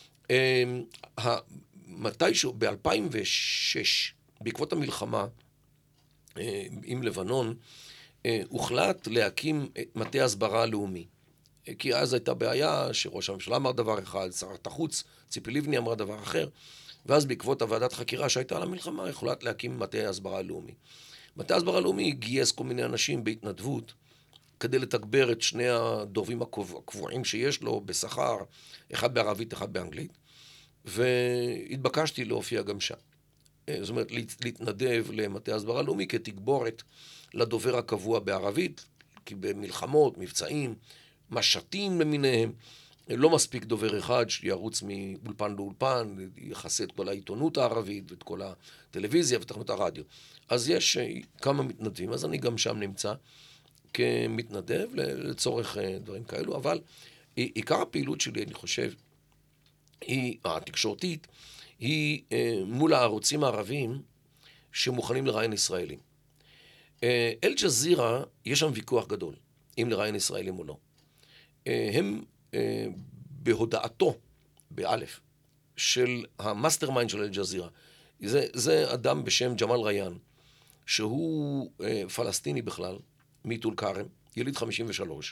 [SPEAKER 4] מתישהו, ב-2006, בעקבות המלחמה עם לבנון, הוחלט להקים מטה הסברה לאומי. כי אז הייתה בעיה שראש הממשלה אמר דבר אחד, שרת החוץ, ציפי לבני אמרה דבר אחר, ואז בעקבות הוועדת חקירה שהייתה על המלחמה, הוחלט להקים מטה הסברה לאומי. מטה הסברה לאומי גייס כל מיני אנשים בהתנדבות, כדי לתגבר את שני הדוברים הקבועים שיש לו בשכר, אחד בערבית, אחד באנגלית, והתבקשתי להופיע גם שם. זאת אומרת, להתנדב למטה הסברה לאומי כתגבורת לדובר הקבוע בערבית, כי במלחמות, מבצעים, משתים למיניהם, לא מספיק דובר אחד שירוץ מאולפן לאולפן, יחסה את כל העיתונות הערבית ואת כל הטלוויזיה ותחנות הרדיו. אז יש כמה מתנדבים, אז אני גם שם נמצא כמתנדב לצורך דברים כאלו, אבל עיקר הפעילות שלי, אני חושב, היא התקשורתית, היא מול הערוצים הערבים שמוכנים לראיין ישראלים. אל-ג'זירה, יש שם ויכוח גדול, אם לראיין ישראלים או לא. הם בהודעתו, באלף, של המאסטר מיינד של אל-ג'זירה. זה אדם בשם ג'מאל ריאן, שהוא פלסטיני בכלל, מטול כרם, יליד 53,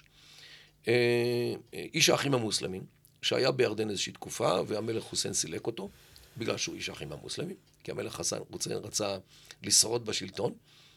[SPEAKER 4] איש האחים המוסלמים, שהיה בירדן איזושהי תקופה, והמלך חוסיין סילק אותו, בגלל שהוא איש האחים המוסלמים, כי המלך חסן רצה לשרוד בשלטון.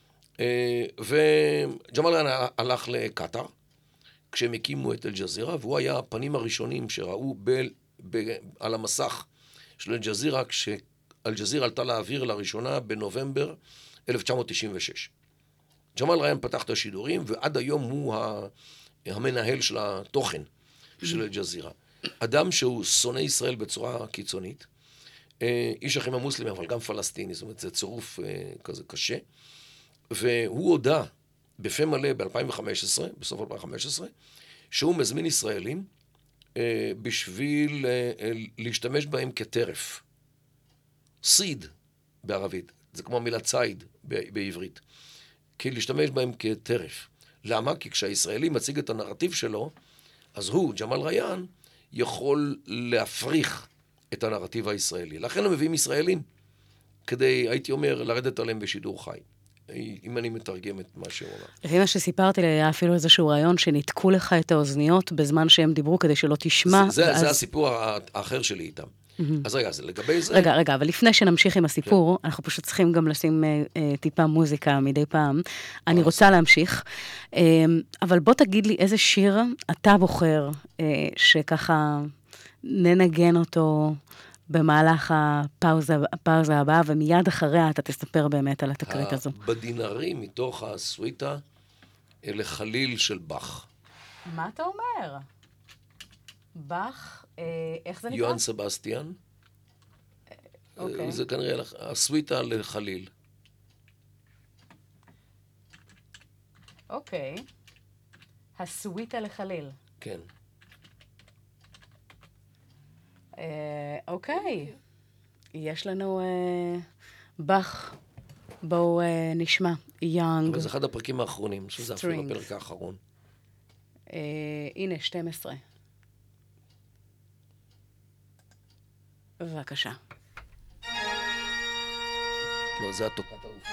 [SPEAKER 4] וג'מאל ריאן הלך לקטר, כשהם הקימו את אל-ג'זירה, והוא היה הפנים הראשונים שראו על המסך של אל-ג'זירה, כשאל-ג'זירה עלתה לאוויר לראשונה בנובמבר 1996. ג'מאל ריאן פתח את השידורים, ועד היום הוא המנהל של התוכן של אל-ג'זירה. אדם שהוא שונא ישראל בצורה קיצונית, איש אחים המוסלמים, אבל גם פלסטיני, זאת אומרת, זה צירוף כזה קשה, והוא הודע בפה מלא ב-2015, בסוף 2015, שהוא מזמין ישראלים בשביל להשתמש בהם כטרף. סיד בערבית, זה כמו המילה ציד בעברית, כי להשתמש בהם כטרף. למה? כי כשהישראלי מציג את הנרטיב שלו, אז הוא, ג'מאל ריאן, יכול להפריך את הנרטיב הישראלי. לכן הם מביאים ישראלים, כדי, הייתי אומר, לרדת עליהם בשידור חי. אם אני מתרגם את מה שהוא אומר.
[SPEAKER 3] לפי מה שסיפרתי לי, היה אפילו איזשהו רעיון שניתקו לך את האוזניות בזמן שהם דיברו כדי שלא תשמע.
[SPEAKER 4] זה הסיפור האחר שלי איתם. אז רגע, זה לגבי זה...
[SPEAKER 3] רגע, אבל לפני שנמשיך עם הסיפור, אנחנו פשוט צריכים גם לשים טיפה מוזיקה מדי פעם. אני רוצה להמשיך, אבל בוא תגיד לי איזה שיר אתה בוחר, שככה ננגן אותו במהלך הפאוזה הבאה, ומיד אחריה אתה תספר באמת על התקרית הזו.
[SPEAKER 4] בדינרי מתוך הסוויטה לחליל של באך.
[SPEAKER 3] מה אתה אומר? באך, איך זה נקרא?
[SPEAKER 4] יוהאן סבסטיאן. זה כנראה הסוויטה לחליל.
[SPEAKER 3] אוקיי. הסוויטה לחליל.
[SPEAKER 4] כן.
[SPEAKER 3] אוקיי. יש לנו באך. בואו נשמע. יאנג.
[SPEAKER 4] אבל זה אחד הפרקים האחרונים, שזה אפילו הפרק האחרון.
[SPEAKER 3] הנה, 12. בבקשה.
[SPEAKER 4] לא, זה התוקת העוף.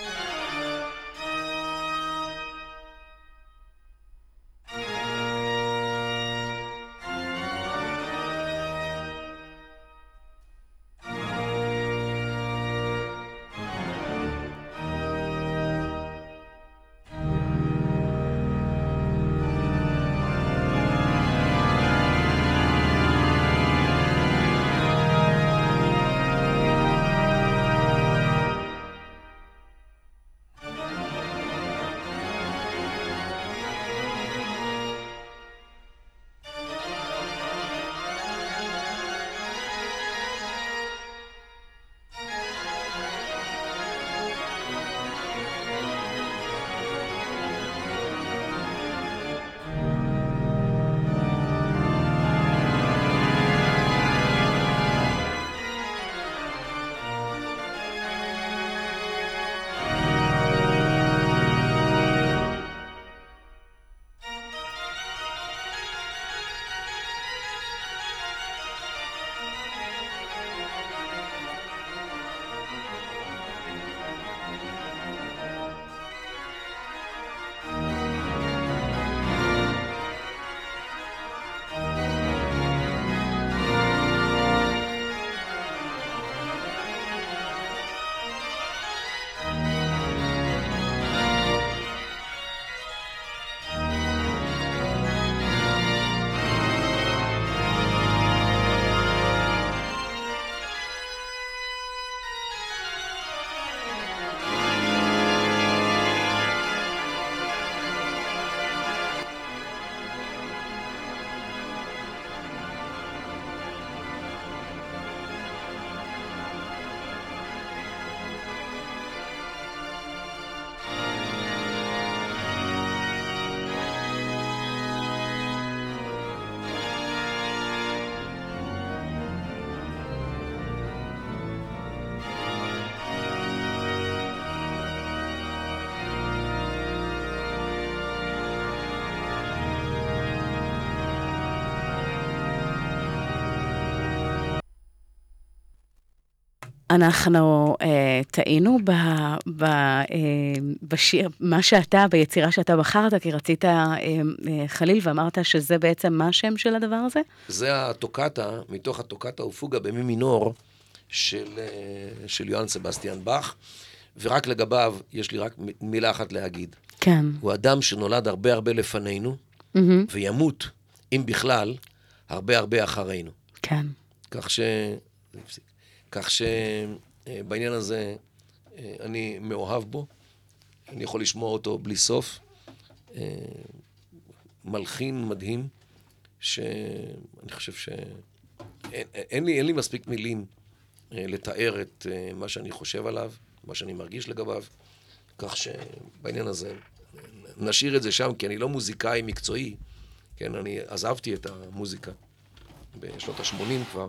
[SPEAKER 3] אנחנו טעינו בשיר, מה שאתה, ביצירה שאתה בחרת, כי רצית חליל ואמרת שזה בעצם מה השם של הדבר הזה?
[SPEAKER 4] זה הטוקטה, מתוך הטוקטה ופוגה במי מינור של יוהאן סבסטיאן באך, ורק לגביו יש לי רק מילה אחת להגיד.
[SPEAKER 3] כן.
[SPEAKER 4] הוא אדם שנולד הרבה הרבה לפנינו, וימות, אם בכלל, הרבה הרבה אחרינו.
[SPEAKER 3] כן.
[SPEAKER 4] כך שבעניין הזה אני מאוהב בו, אני יכול לשמוע אותו בלי סוף, מלחין מדהים, שאני חושב אין לי מספיק מילים לתאר את מה שאני חושב עליו, מה שאני מרגיש לגביו, כך שבעניין הזה נשאיר את זה שם, כי אני לא מוזיקאי מקצועי, כן, אני עזבתי את המוזיקה בשנות ה-80 כבר,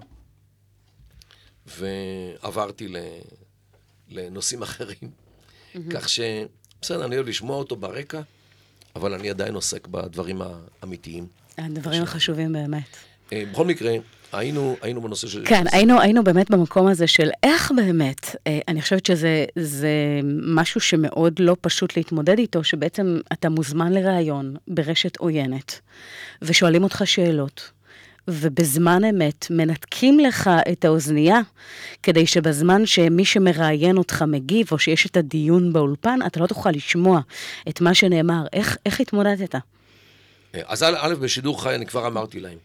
[SPEAKER 4] ועברתי לנושאים אחרים, כך בסדר, אני אוהב לשמוע אותו ברקע, אבל אני עדיין עוסק בדברים האמיתיים.
[SPEAKER 3] הדברים החשובים באמת.
[SPEAKER 4] בכל מקרה, היינו בנושא של...
[SPEAKER 3] כן, היינו באמת במקום הזה של איך באמת, אני חושבת שזה משהו שמאוד לא פשוט להתמודד איתו, שבעצם אתה מוזמן לראיון ברשת עוינת, ושואלים אותך שאלות, ובזמן אמת מנתקים לך את האוזנייה, כדי שבזמן שמי שמראיין אותך מגיב, או שיש את הדיון באולפן, אתה לא תוכל לשמוע את מה שנאמר. איך התמודדת?
[SPEAKER 4] אז א', בשידור חי אני כבר אמרתי להם,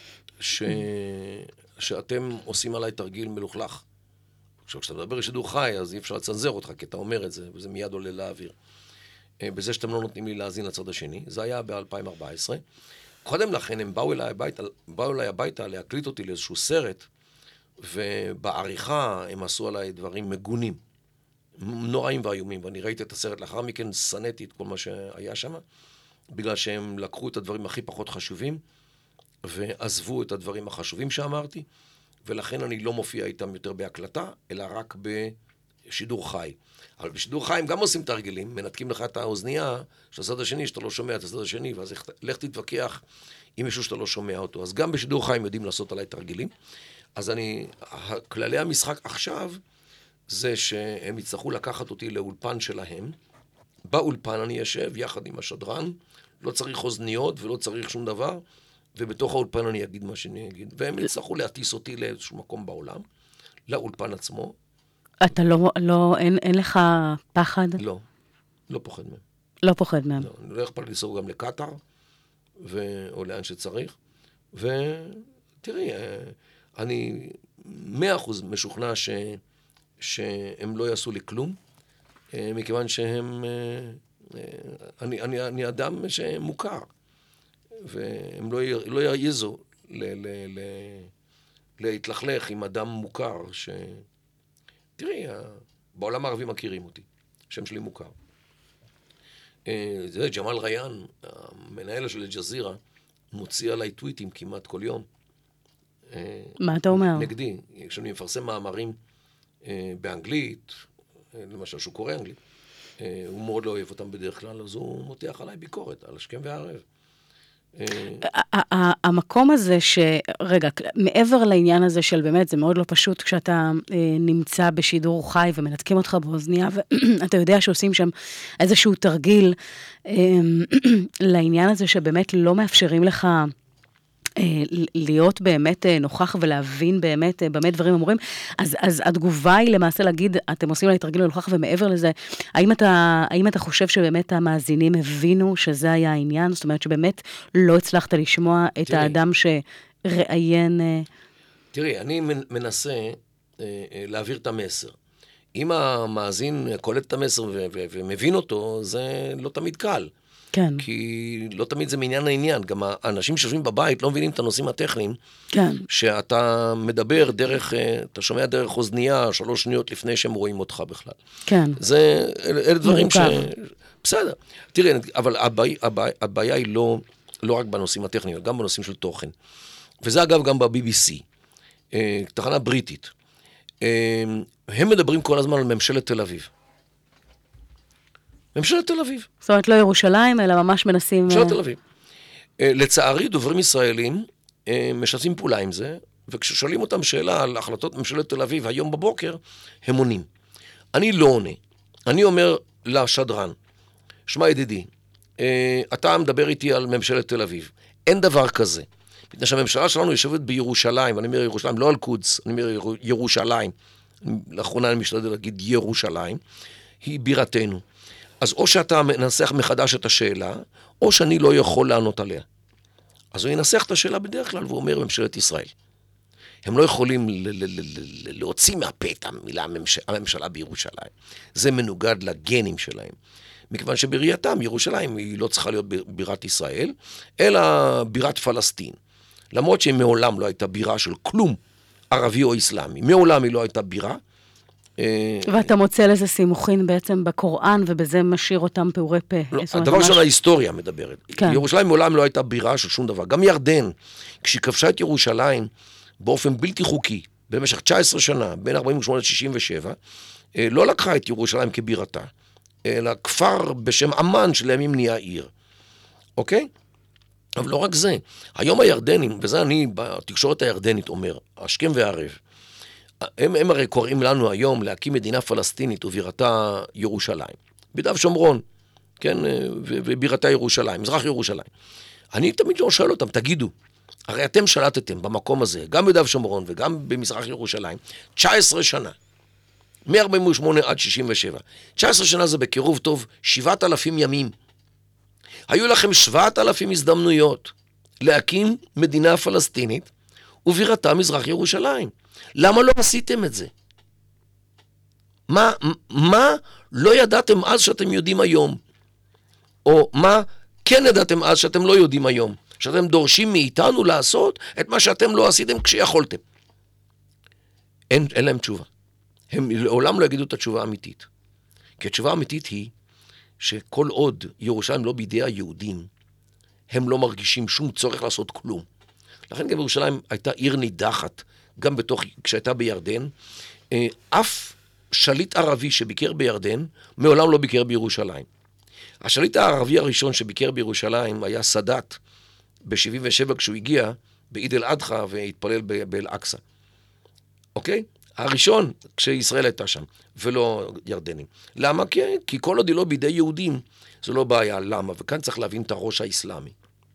[SPEAKER 4] שאתם עושים עליי תרגיל מלוכלך. עכשיו, כשאתה מדבר בשידור חי, אז אי אפשר לצנזר אותך, כי אתה אומר את זה, וזה מיד עולה לאוויר. בזה שאתם לא נותנים לי להאזין לצד השני, זה היה ב-2014. קודם לכן הם באו אליי הביתה להקליט אותי לאיזשהו סרט, ובעריכה הם עשו עליי דברים מגונים, נוראים ואיומים, ואני ראיתי את הסרט לאחר מכן, סנתי את כל מה שהיה שם, בגלל שהם לקחו את הדברים הכי פחות חשובים, ועזבו את הדברים החשובים שאמרתי, ולכן אני לא מופיע איתם יותר בהקלטה, אלא רק בשידור חי. אבל בשידור חי הם גם עושים תרגילים, מנתקים לך את האוזנייה של הצד השני, שאתה לא שומע את הצד השני, ואז לך תתווכח עם מישהו שאתה לא שומע אותו. אז גם בשידור חי הם יודעים לעשות עליי תרגילים. אז כללי המשחק עכשיו, זה שהם יצטרכו לקחת אותי לאולפן שלהם. באולפן אני יושב יחד עם השדרן, לא צריך אוזניות ולא צריך שום דבר, ובתוך האולפן אני אגיד מה שאני אגיד. והם יצטרכו להטיס אותי לאיזשהו מקום בעולם, לאולפן עצמו.
[SPEAKER 3] אתה אין לך פחד?
[SPEAKER 4] לא, לא פוחד מהם.
[SPEAKER 3] לא פוחד מהם.
[SPEAKER 4] לא אכפת לי לנסוע גם לקטר, או לאן שצריך. ותראי, אני 100% משוכנע שהם לא יעשו לי כלום, מכיוון שהם... אני אדם שמוכר, והם לא יעזו להתלכלך עם אדם מוכר תראי, בעולם הערבי מכירים אותי, השם שלי מוכר. זה ג'מאל ריאן, המנהל של אל-ג'זירה, מוציא עליי טוויטים כמעט כל יום.
[SPEAKER 3] מה אתה אומר?
[SPEAKER 4] נגדי, כשאני מפרסם מאמרים באנגלית, למשל שהוא קורא אנגלית, הוא מאוד לא אוהב אותם בדרך כלל, אז הוא מותח עליי ביקורת, על השכם והערב.
[SPEAKER 3] המקום הזה רגע, מעבר לעניין הזה של באמת, זה מאוד לא פשוט כשאתה נמצא בשידור חי ומנתקים אותך באוזניה, ואתה יודע שעושים שם איזשהו תרגיל לעניין הזה שבאמת לא מאפשרים לך להיות באמת נוכח ולהבין באמת במה דברים אמורים, אז התגובה היא למעשה להגיד, אתם עושים לי תרגיל מלוכח, ומעבר לזה, האם אתה חושב שבאמת המאזינים הבינו שזה היה העניין? זאת אומרת שבאמת לא הצלחת לשמוע את האדם שראיין...
[SPEAKER 4] תראי, אני מנסה להעביר את המסר. אם המאזין קולט את המסר ומבין אותו, זה לא תמיד קל.
[SPEAKER 3] כן.
[SPEAKER 4] כי לא תמיד זה מעניין העניין. גם האנשים שיושבים בבית לא מבינים את הנושאים הטכניים.
[SPEAKER 3] כן.
[SPEAKER 4] שאתה מדבר דרך, אתה שומע דרך אוזנייה 3 שניות לפני שהם רואים אותך בכלל.
[SPEAKER 3] כן.
[SPEAKER 4] אלה דברים בסדר. תראי, אבל הבעיה היא לא רק בנושאים הטכניים, גם בנושאים של תוכן. וזה אגב גם ב-BBC, תחנה בריטית. הם מדברים כל הזמן על ממשלת תל אביב. ממשלת תל אביב.
[SPEAKER 3] זאת אומרת, לא ירושלים, אלא ממש מנסים...
[SPEAKER 4] ממשלת תל אביב. לצערי, דוברים ישראלים משתפים פעולה עם זה, וכששואלים אותם שאלה על החלטות ממשלת תל אביב היום בבוקר, הם עונים. אני לא עונה. אני אומר לשדרן, שמע ידידי, אתה מדבר איתי על ממשלת תל אביב. אין דבר כזה. מפני שהממשלה שלנו יושבת בירושלים, אני אומר ירושלים, לא על קודס, אני אומר ירושלים, לאחרונה אני משתדל להגיד ירושלים, היא בירתנו. אז או שאתה מנסח מחדש את השאלה, או שאני לא יכול לענות עליה. אז הוא ינסח את השאלה בדרך כלל, והוא אומר ממשלת ישראל. הם לא יכולים להוציא מהפה את המילה הממשלה בירושלים. זה מנוגד לגנים שלהם. מכיוון שבראייתם ירושלים היא לא צריכה להיות בירת ישראל, אלא בירת פלסטין. למרות שהיא מעולם לא הייתה בירה של כלום, ערבי או אסלאמי. מעולם היא לא הייתה בירה.
[SPEAKER 3] ואתה מוצא לזה סימוכין בעצם בקוראן, ובזה משאיר אותם פעורי פה.
[SPEAKER 4] לא, הדבר של ההיסטוריה מדברת. כן. ירושלים מעולם לא הייתה בירה של שום דבר. גם ירדן, כשהיא כבשה את ירושלים באופן בלתי חוקי, במשך 19 שנה, בין 48 ל-67, לא לקחה את ירושלים כבירתה, אלא כפר בשם אמן שלימים נהיה עיר. אוקיי? אבל לא רק זה. היום הירדנים, וזה אני בתקשורת הירדנית אומר, השכם והערב, הם הרי קוראים לנו היום להקים מדינה פלסטינית ובירתה ירושלים. ביהודה ושומרון, כן, ובירתה ירושלים, מזרח ירושלים. אני תמיד שואל אותם, תגידו, הרי אתם שלטתם במקום הזה, גם ביהודה ושומרון וגם במזרח ירושלים, 19 שנה, מ-48 עד 67. 19 שנה זה בקירוב טוב 7,000 ימים. היו לכם 7,000 הזדמנויות להקים מדינה פלסטינית ובירתה מזרח ירושלים. למה לא עשיתם את זה? מה לא ידעתם אז שאתם יודעים היום? או מה כן ידעתם אז שאתם לא יודעים היום? שאתם דורשים מאיתנו לעשות את מה שאתם לא עשיתם כשיכולתם. אין להם תשובה. הם לעולם לא יגידו את התשובה האמיתית. כי התשובה האמיתית היא שכל עוד ירושלים לא בידי היהודים, הם לא מרגישים שום צורך לעשות כלום. לכן גם ירושלים הייתה עיר נידחת, גם כשהייתה בירדן. אף שליט ערבי שביקר בירדן, מעולם לא ביקר בירושלים. השליט הערבי הראשון שביקר בירושלים היה סאדאת, ב-77 כשהוא הגיע, בעיד אל-אדחא והתפלל באל-אקצא. אוקיי? הראשון כשישראל הייתה שם, ולא ירדנים. למה? כי כל עוד היא לא בידי יהודים, זו לא בעיה. למה? וכאן צריך להבין את הראש האסלאמי.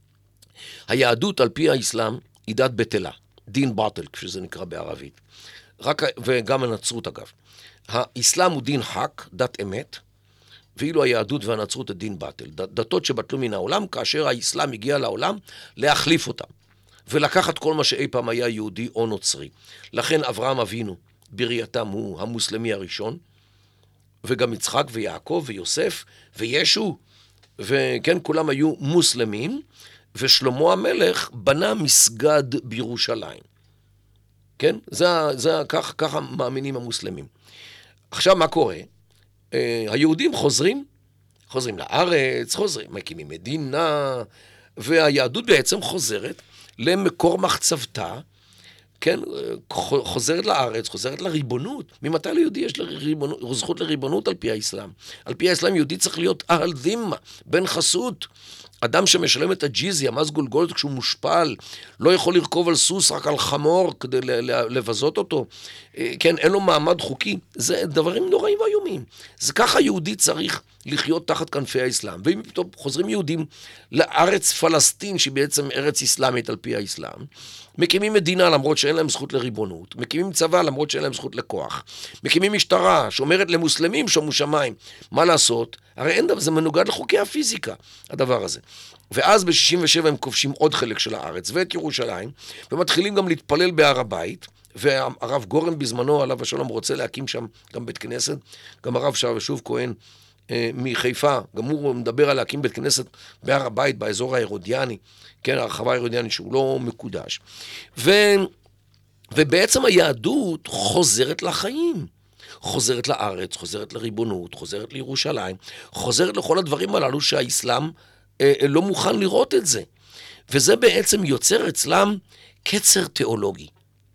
[SPEAKER 4] היהדות על פי האסלאם היא דת בטלה, דין בטל, כפי שזה נקרא בערבית. וגם הנצרות אגב. האסלאם הוא דין חק, דת אמת, ואילו היהדות והנצרות היא דין בטל. דתות שבטלו מן העולם, כאשר האסלאם הגיע לעולם, להחליף אותם. ולקחת כל מה שאי פעם היה יהודי או נוצרי. לכן אברהם אבינו, בראייתם הוא המוסלמי הראשון, וגם יצחק ויעקב ויוסף וישו, וכן, כולם היו מוסלמים, ושלמה המלך בנה מסגד בירושלים. כן? ככה מאמינים המוסלמים. עכשיו מה קורה? היהודים חוזרים לארץ, מקימים מדינה, והיהדות בעצם חוזרת למקור מחצבתה, כן? חוזרת לארץ, חוזרת לריבונות. ממתי ליהודי יש זכות לריבונות על פי האסלאם? על פי האסלאם יהודי צריך להיות אהל דימה, בן חסות. אדם שמשלם את הג'יזיה, מס גולגולת כשהוא מושפל, לא יכול לרכוב על סוס, רק על חמור כדי לבזות אותו. כן, אין לו מעמד חוקי. זה דברים נוראים ואיומים. זה ככה יהודי צריך לחיות תחת כנפי האסלאם. ואם פתאום חוזרים יהודים לארץ פלסטין, שהיא בעצם ארץ אסלאמית על פי האסלאם, מקימים מדינה למרות שאין להם זכות לריבונות, מקימים צבא למרות שאין להם זכות לכוח, מקימים משטרה שאומרת למוסלמים שומו שמיים. מה לעשות? הרי אין דבר, זה מנוגד לחוקי הפיזיקה, הדבר הזה. ואז ב-67 הם כובשים עוד חלק של הארץ ואת ירושלים, ומתחילים גם להתפלל בהר הבית, והרב גורן בזמנו, עליו השלום, רוצה להקים שם גם בית כנסת, גם הרב שוב כהן מחיפה, גם הוא מדבר על להקים בית כנסת בהר הבית, באזור ההרודיאני, כן, הרחבה ההרודיאנית שהוא לא מקודש. ובעצם היהדות חוזרת לחיים. חוזרת לארץ, חוזרת לריבונות, חוזרת לירושלים, חוזרת לכל הדברים הללו שהאסלאם לא מוכן לראות את זה. וזה בעצם יוצר אצלם קצר תיאולוגי.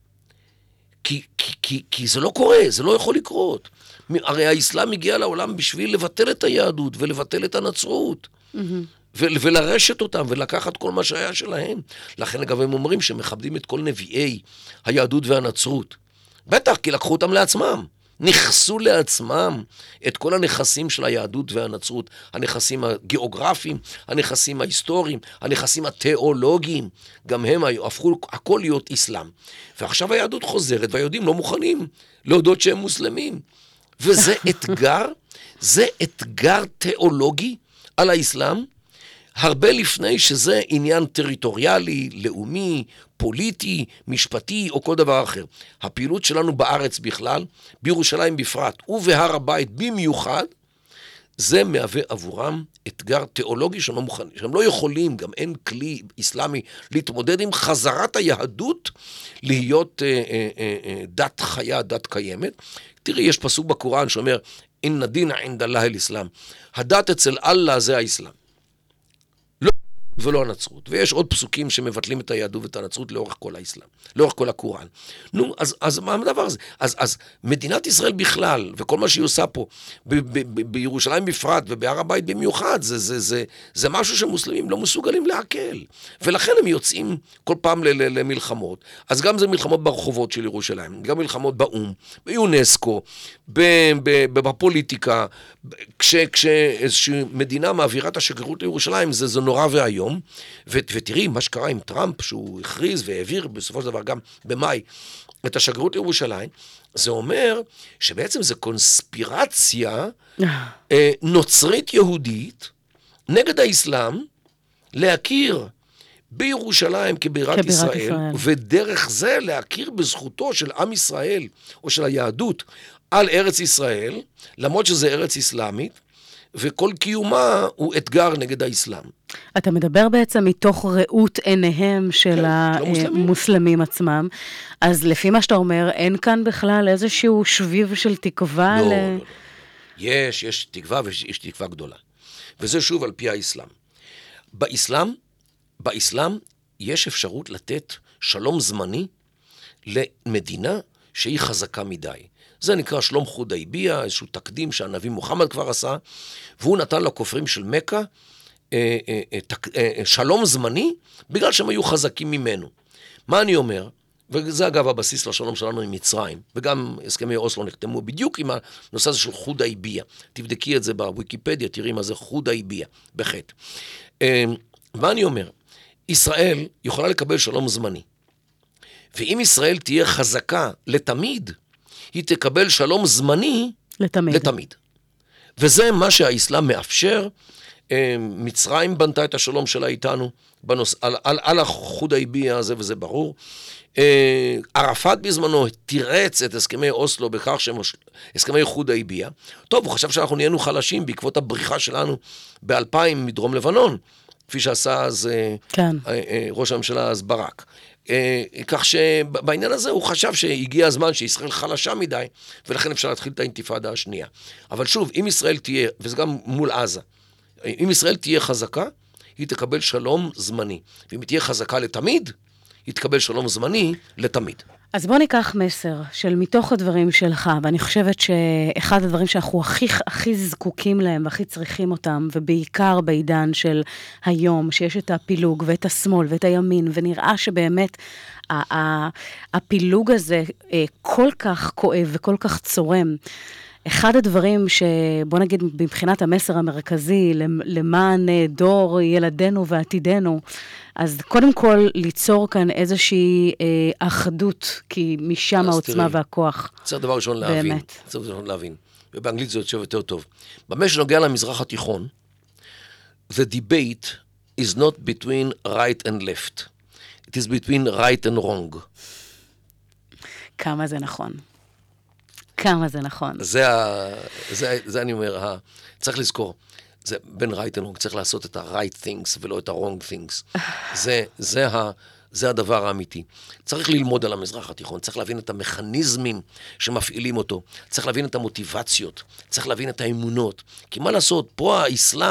[SPEAKER 4] כי זה לא קורה, זה לא יכול לקרות. הרי האסלאם הגיע לעולם בשביל לבטל את היהדות ולבטל את הנצרות. ולרשת אותם ולקחת כל מה שהיה שלהם. לכן אגב הם אומרים שמכבדים את כל נביאי היהדות והנצרות. בטח, כי לקחו אותם לעצמם. נכסו לעצמם את כל הנכסים של היהדות והנצרות, הנכסים הגיאוגרפיים, הנכסים ההיסטוריים, הנכסים התיאולוגיים, גם הם הפכו הכל להיות אסלאם. ועכשיו היהדות חוזרת, והיהודים לא מוכנים להודות שהם מוסלמים. וזה אתגר, זה אתגר תיאולוגי על האסלאם, הרבה לפני שזה עניין טריטוריאלי, לאומי, פוליטי, משפטי או כל דבר אחר. הפעילות שלנו בארץ בכלל, בירושלים בפרט ובהר הבית במיוחד, זה מהווה עבורם אתגר תיאולוגי שהם לא יכולים, גם אין כלי אסלאמי להתמודד עם חזרת היהדות להיות דת חיה, דת קיימת. תראי, יש פסוק בקוראן שאומר, אין דין ענד אללה אל-אסלאם. הדת אצל אללה זה האסלאם. ולא הנצרות. ויש עוד פסוקים שמבטלים את היהדות ואת הנצרות לאורך כל האסלאם, לאורך כל הקוראן. נו, אז מה הדבר הזה? אז מדינת ישראל בכלל, וכל מה שהיא עושה פה, בירושלים בפרט ובהר הבית במיוחד, זה משהו שמוסלמים לא מסוגלים להקל. ולכן הם יוצאים כל פעם למלחמות. אז גם זה מלחמות ברחובות של ירושלים, גם מלחמות באום, ביונסקו, בפוליטיקה, כשאיזושהי מדינה מעבירה את השגרירות לירושלים, זה נורא והיום. ותראי מה שקרה עם טראמפ, שהוא הכריז והעביר בסופו של דבר גם במאי את השגרירות לירושלים, זה אומר שבעצם זה קונספירציה נוצרית יהודית נגד האסלאם להכיר בירושלים כבירת ישראל, ודרך זה להכיר בזכותו של עם ישראל או של היהדות על ארץ ישראל, למרות שזה ארץ אסלאמית, וכל קיומה הוא אתגר נגד האסלאם.
[SPEAKER 3] אתה מדבר בעצם מתוך ראות עיניהם של המוסלמים עצמם, אז לפי מה שאתה אומר, אין כאן בכלל איזשהו שביב של תקווה?
[SPEAKER 4] לא. יש תקווה ויש תקווה גדולה. וזה שוב על פי האסלאם. באסלאם יש אפשרות לתת שלום זמני למדינה שהיא חזקה מדי. זה נקרא שלום חודייביה, איזשהו תקדים שהנביא מוחמד כבר עשה, והוא נתן לכופרים של מקה שלום זמני, בגלל שהם היו חזקים ממנו. מה אני אומר? וזה אגב הבסיס לשלום שלנו עם מצרים, וגם הסכמי אוסלו נחתמו בדיוק עם הנושא הזה של חודייביה. תבדקי את זה בוויקיפדיה, תראי מה זה חודייביה, בחטא. מה אני אומר? ישראל יכולה לקבל שלום זמני, ואם ישראל תהיה חזקה לתמיד, היא תקבל שלום זמני לתמיד. וזה מה שהאסלאם מאפשר. מצרים בנתה את השלום שלה איתנו, על החודייביה הזה, וזה ברור. ערפאת בזמנו תירץ את הסכמי אוסלו בכך שהם הסכמי חודייביה. טוב, הוא חשב שאנחנו נהיינו חלשים בעקבות הבריחה שלנו ב-2000 מדרום לבנון, כפי שעשה אז ראש הממשלה אז ברק. כך שבעניין הזה הוא חשב שהגיע הזמן שישראל חלשה מדי, ולכן אפשר להתחיל את האינתיפאדה השנייה. אבל שוב, אם ישראל תהיה, וזה גם מול עזה, אם ישראל תהיה חזקה, היא תקבל שלום זמני. ואם היא תהיה חזקה לתמיד, היא תקבל שלום זמני לתמיד.
[SPEAKER 3] אז בוא ניקח מסר של מתוך הדברים שלך, ואני חושבת שאחד הדברים שאנחנו הכי זקוקים להם והכי צריכים אותם, ובעיקר בעידן של היום, שיש את הפילוג ואת השמאל ואת הימין, ונראה שבאמת הפילוג הזה כל כך כואב וכל כך צורם. אחד הדברים שבוא נגיד מבחינת המסר המרכזי למען דור ילדינו ועתידנו, אז קודם כל ליצור כאן איזושהי אחדות, כי משם העוצמה והכוח.
[SPEAKER 4] צריך דבר ראשון להבין. צריך דבר ראשון להבין. ובאנגלית זה יוצא יותר טוב. במה שנוגע למזרח התיכון, the debate is not between right and left. It is between right and wrong.
[SPEAKER 3] כמה זה נכון. כמה זה נכון.
[SPEAKER 4] זה אני אומר, צריך לזכור, זה בין right and wrong, צריך לעשות את ה-right things ולא את ה-wrong things. זה הדבר האמיתי. צריך ללמוד על המזרח התיכון, צריך להבין את המכניזמים שמפעילים אותו, צריך להבין את המוטיבציות, צריך להבין את האמונות. כי מה לעשות, פה האסלאם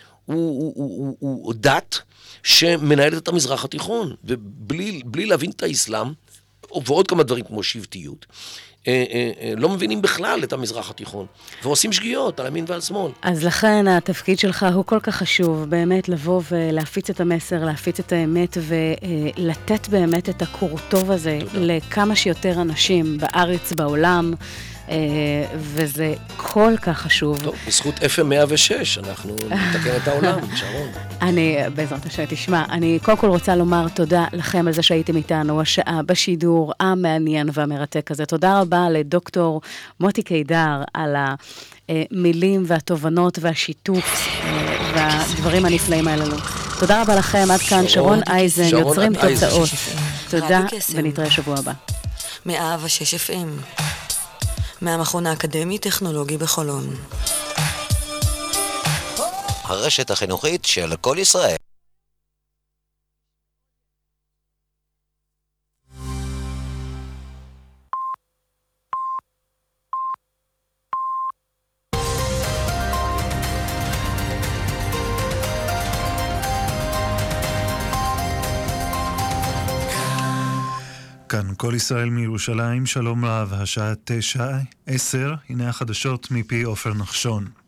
[SPEAKER 4] הוא דת שמנהלת את המזרח התיכון, ובלי להבין את האסלאם, ועוד כמה דברים כמו שבטיות, לא מבינים בכלל את המזרח התיכון, ועושים שגיאות על ימין ועל שמאל.
[SPEAKER 3] אז לכן התפקיד שלך הוא כל כך חשוב, באמת לבוא ולהפיץ את המסר, להפיץ את האמת, ולתת באמת את הקורטוב הזה לכמה שיותר אנשים בארץ, בעולם, וזה כל כך חשוב.
[SPEAKER 4] טוב, בזכות FM 106 אנחנו נתקן את העולם, שרון.
[SPEAKER 3] אני, בעזרת השם, תשמע, אני קודם כל רוצה לומר תודה לכם על זה שהייתם איתנו השעה בשידור המעניין והמרתק הזה. תודה רבה לדוקטור מוטי קידר על המילים והתובנות והשיתוף והדברים הנפלאים האלו. תודה רבה לכם, עד כאן שרון אייזן, יוצרים תוצאות. תודה, ונתראה שבוע הבא.
[SPEAKER 1] 106 FM, מהמכון האקדמי-טכנולוגי בחולון.
[SPEAKER 2] הרשת החינוכית של כל ישראל.
[SPEAKER 6] כאן כל ישראל מירושלים, שלום רב, השעה 9:10, הנה החדשות מפי עופר נחשון.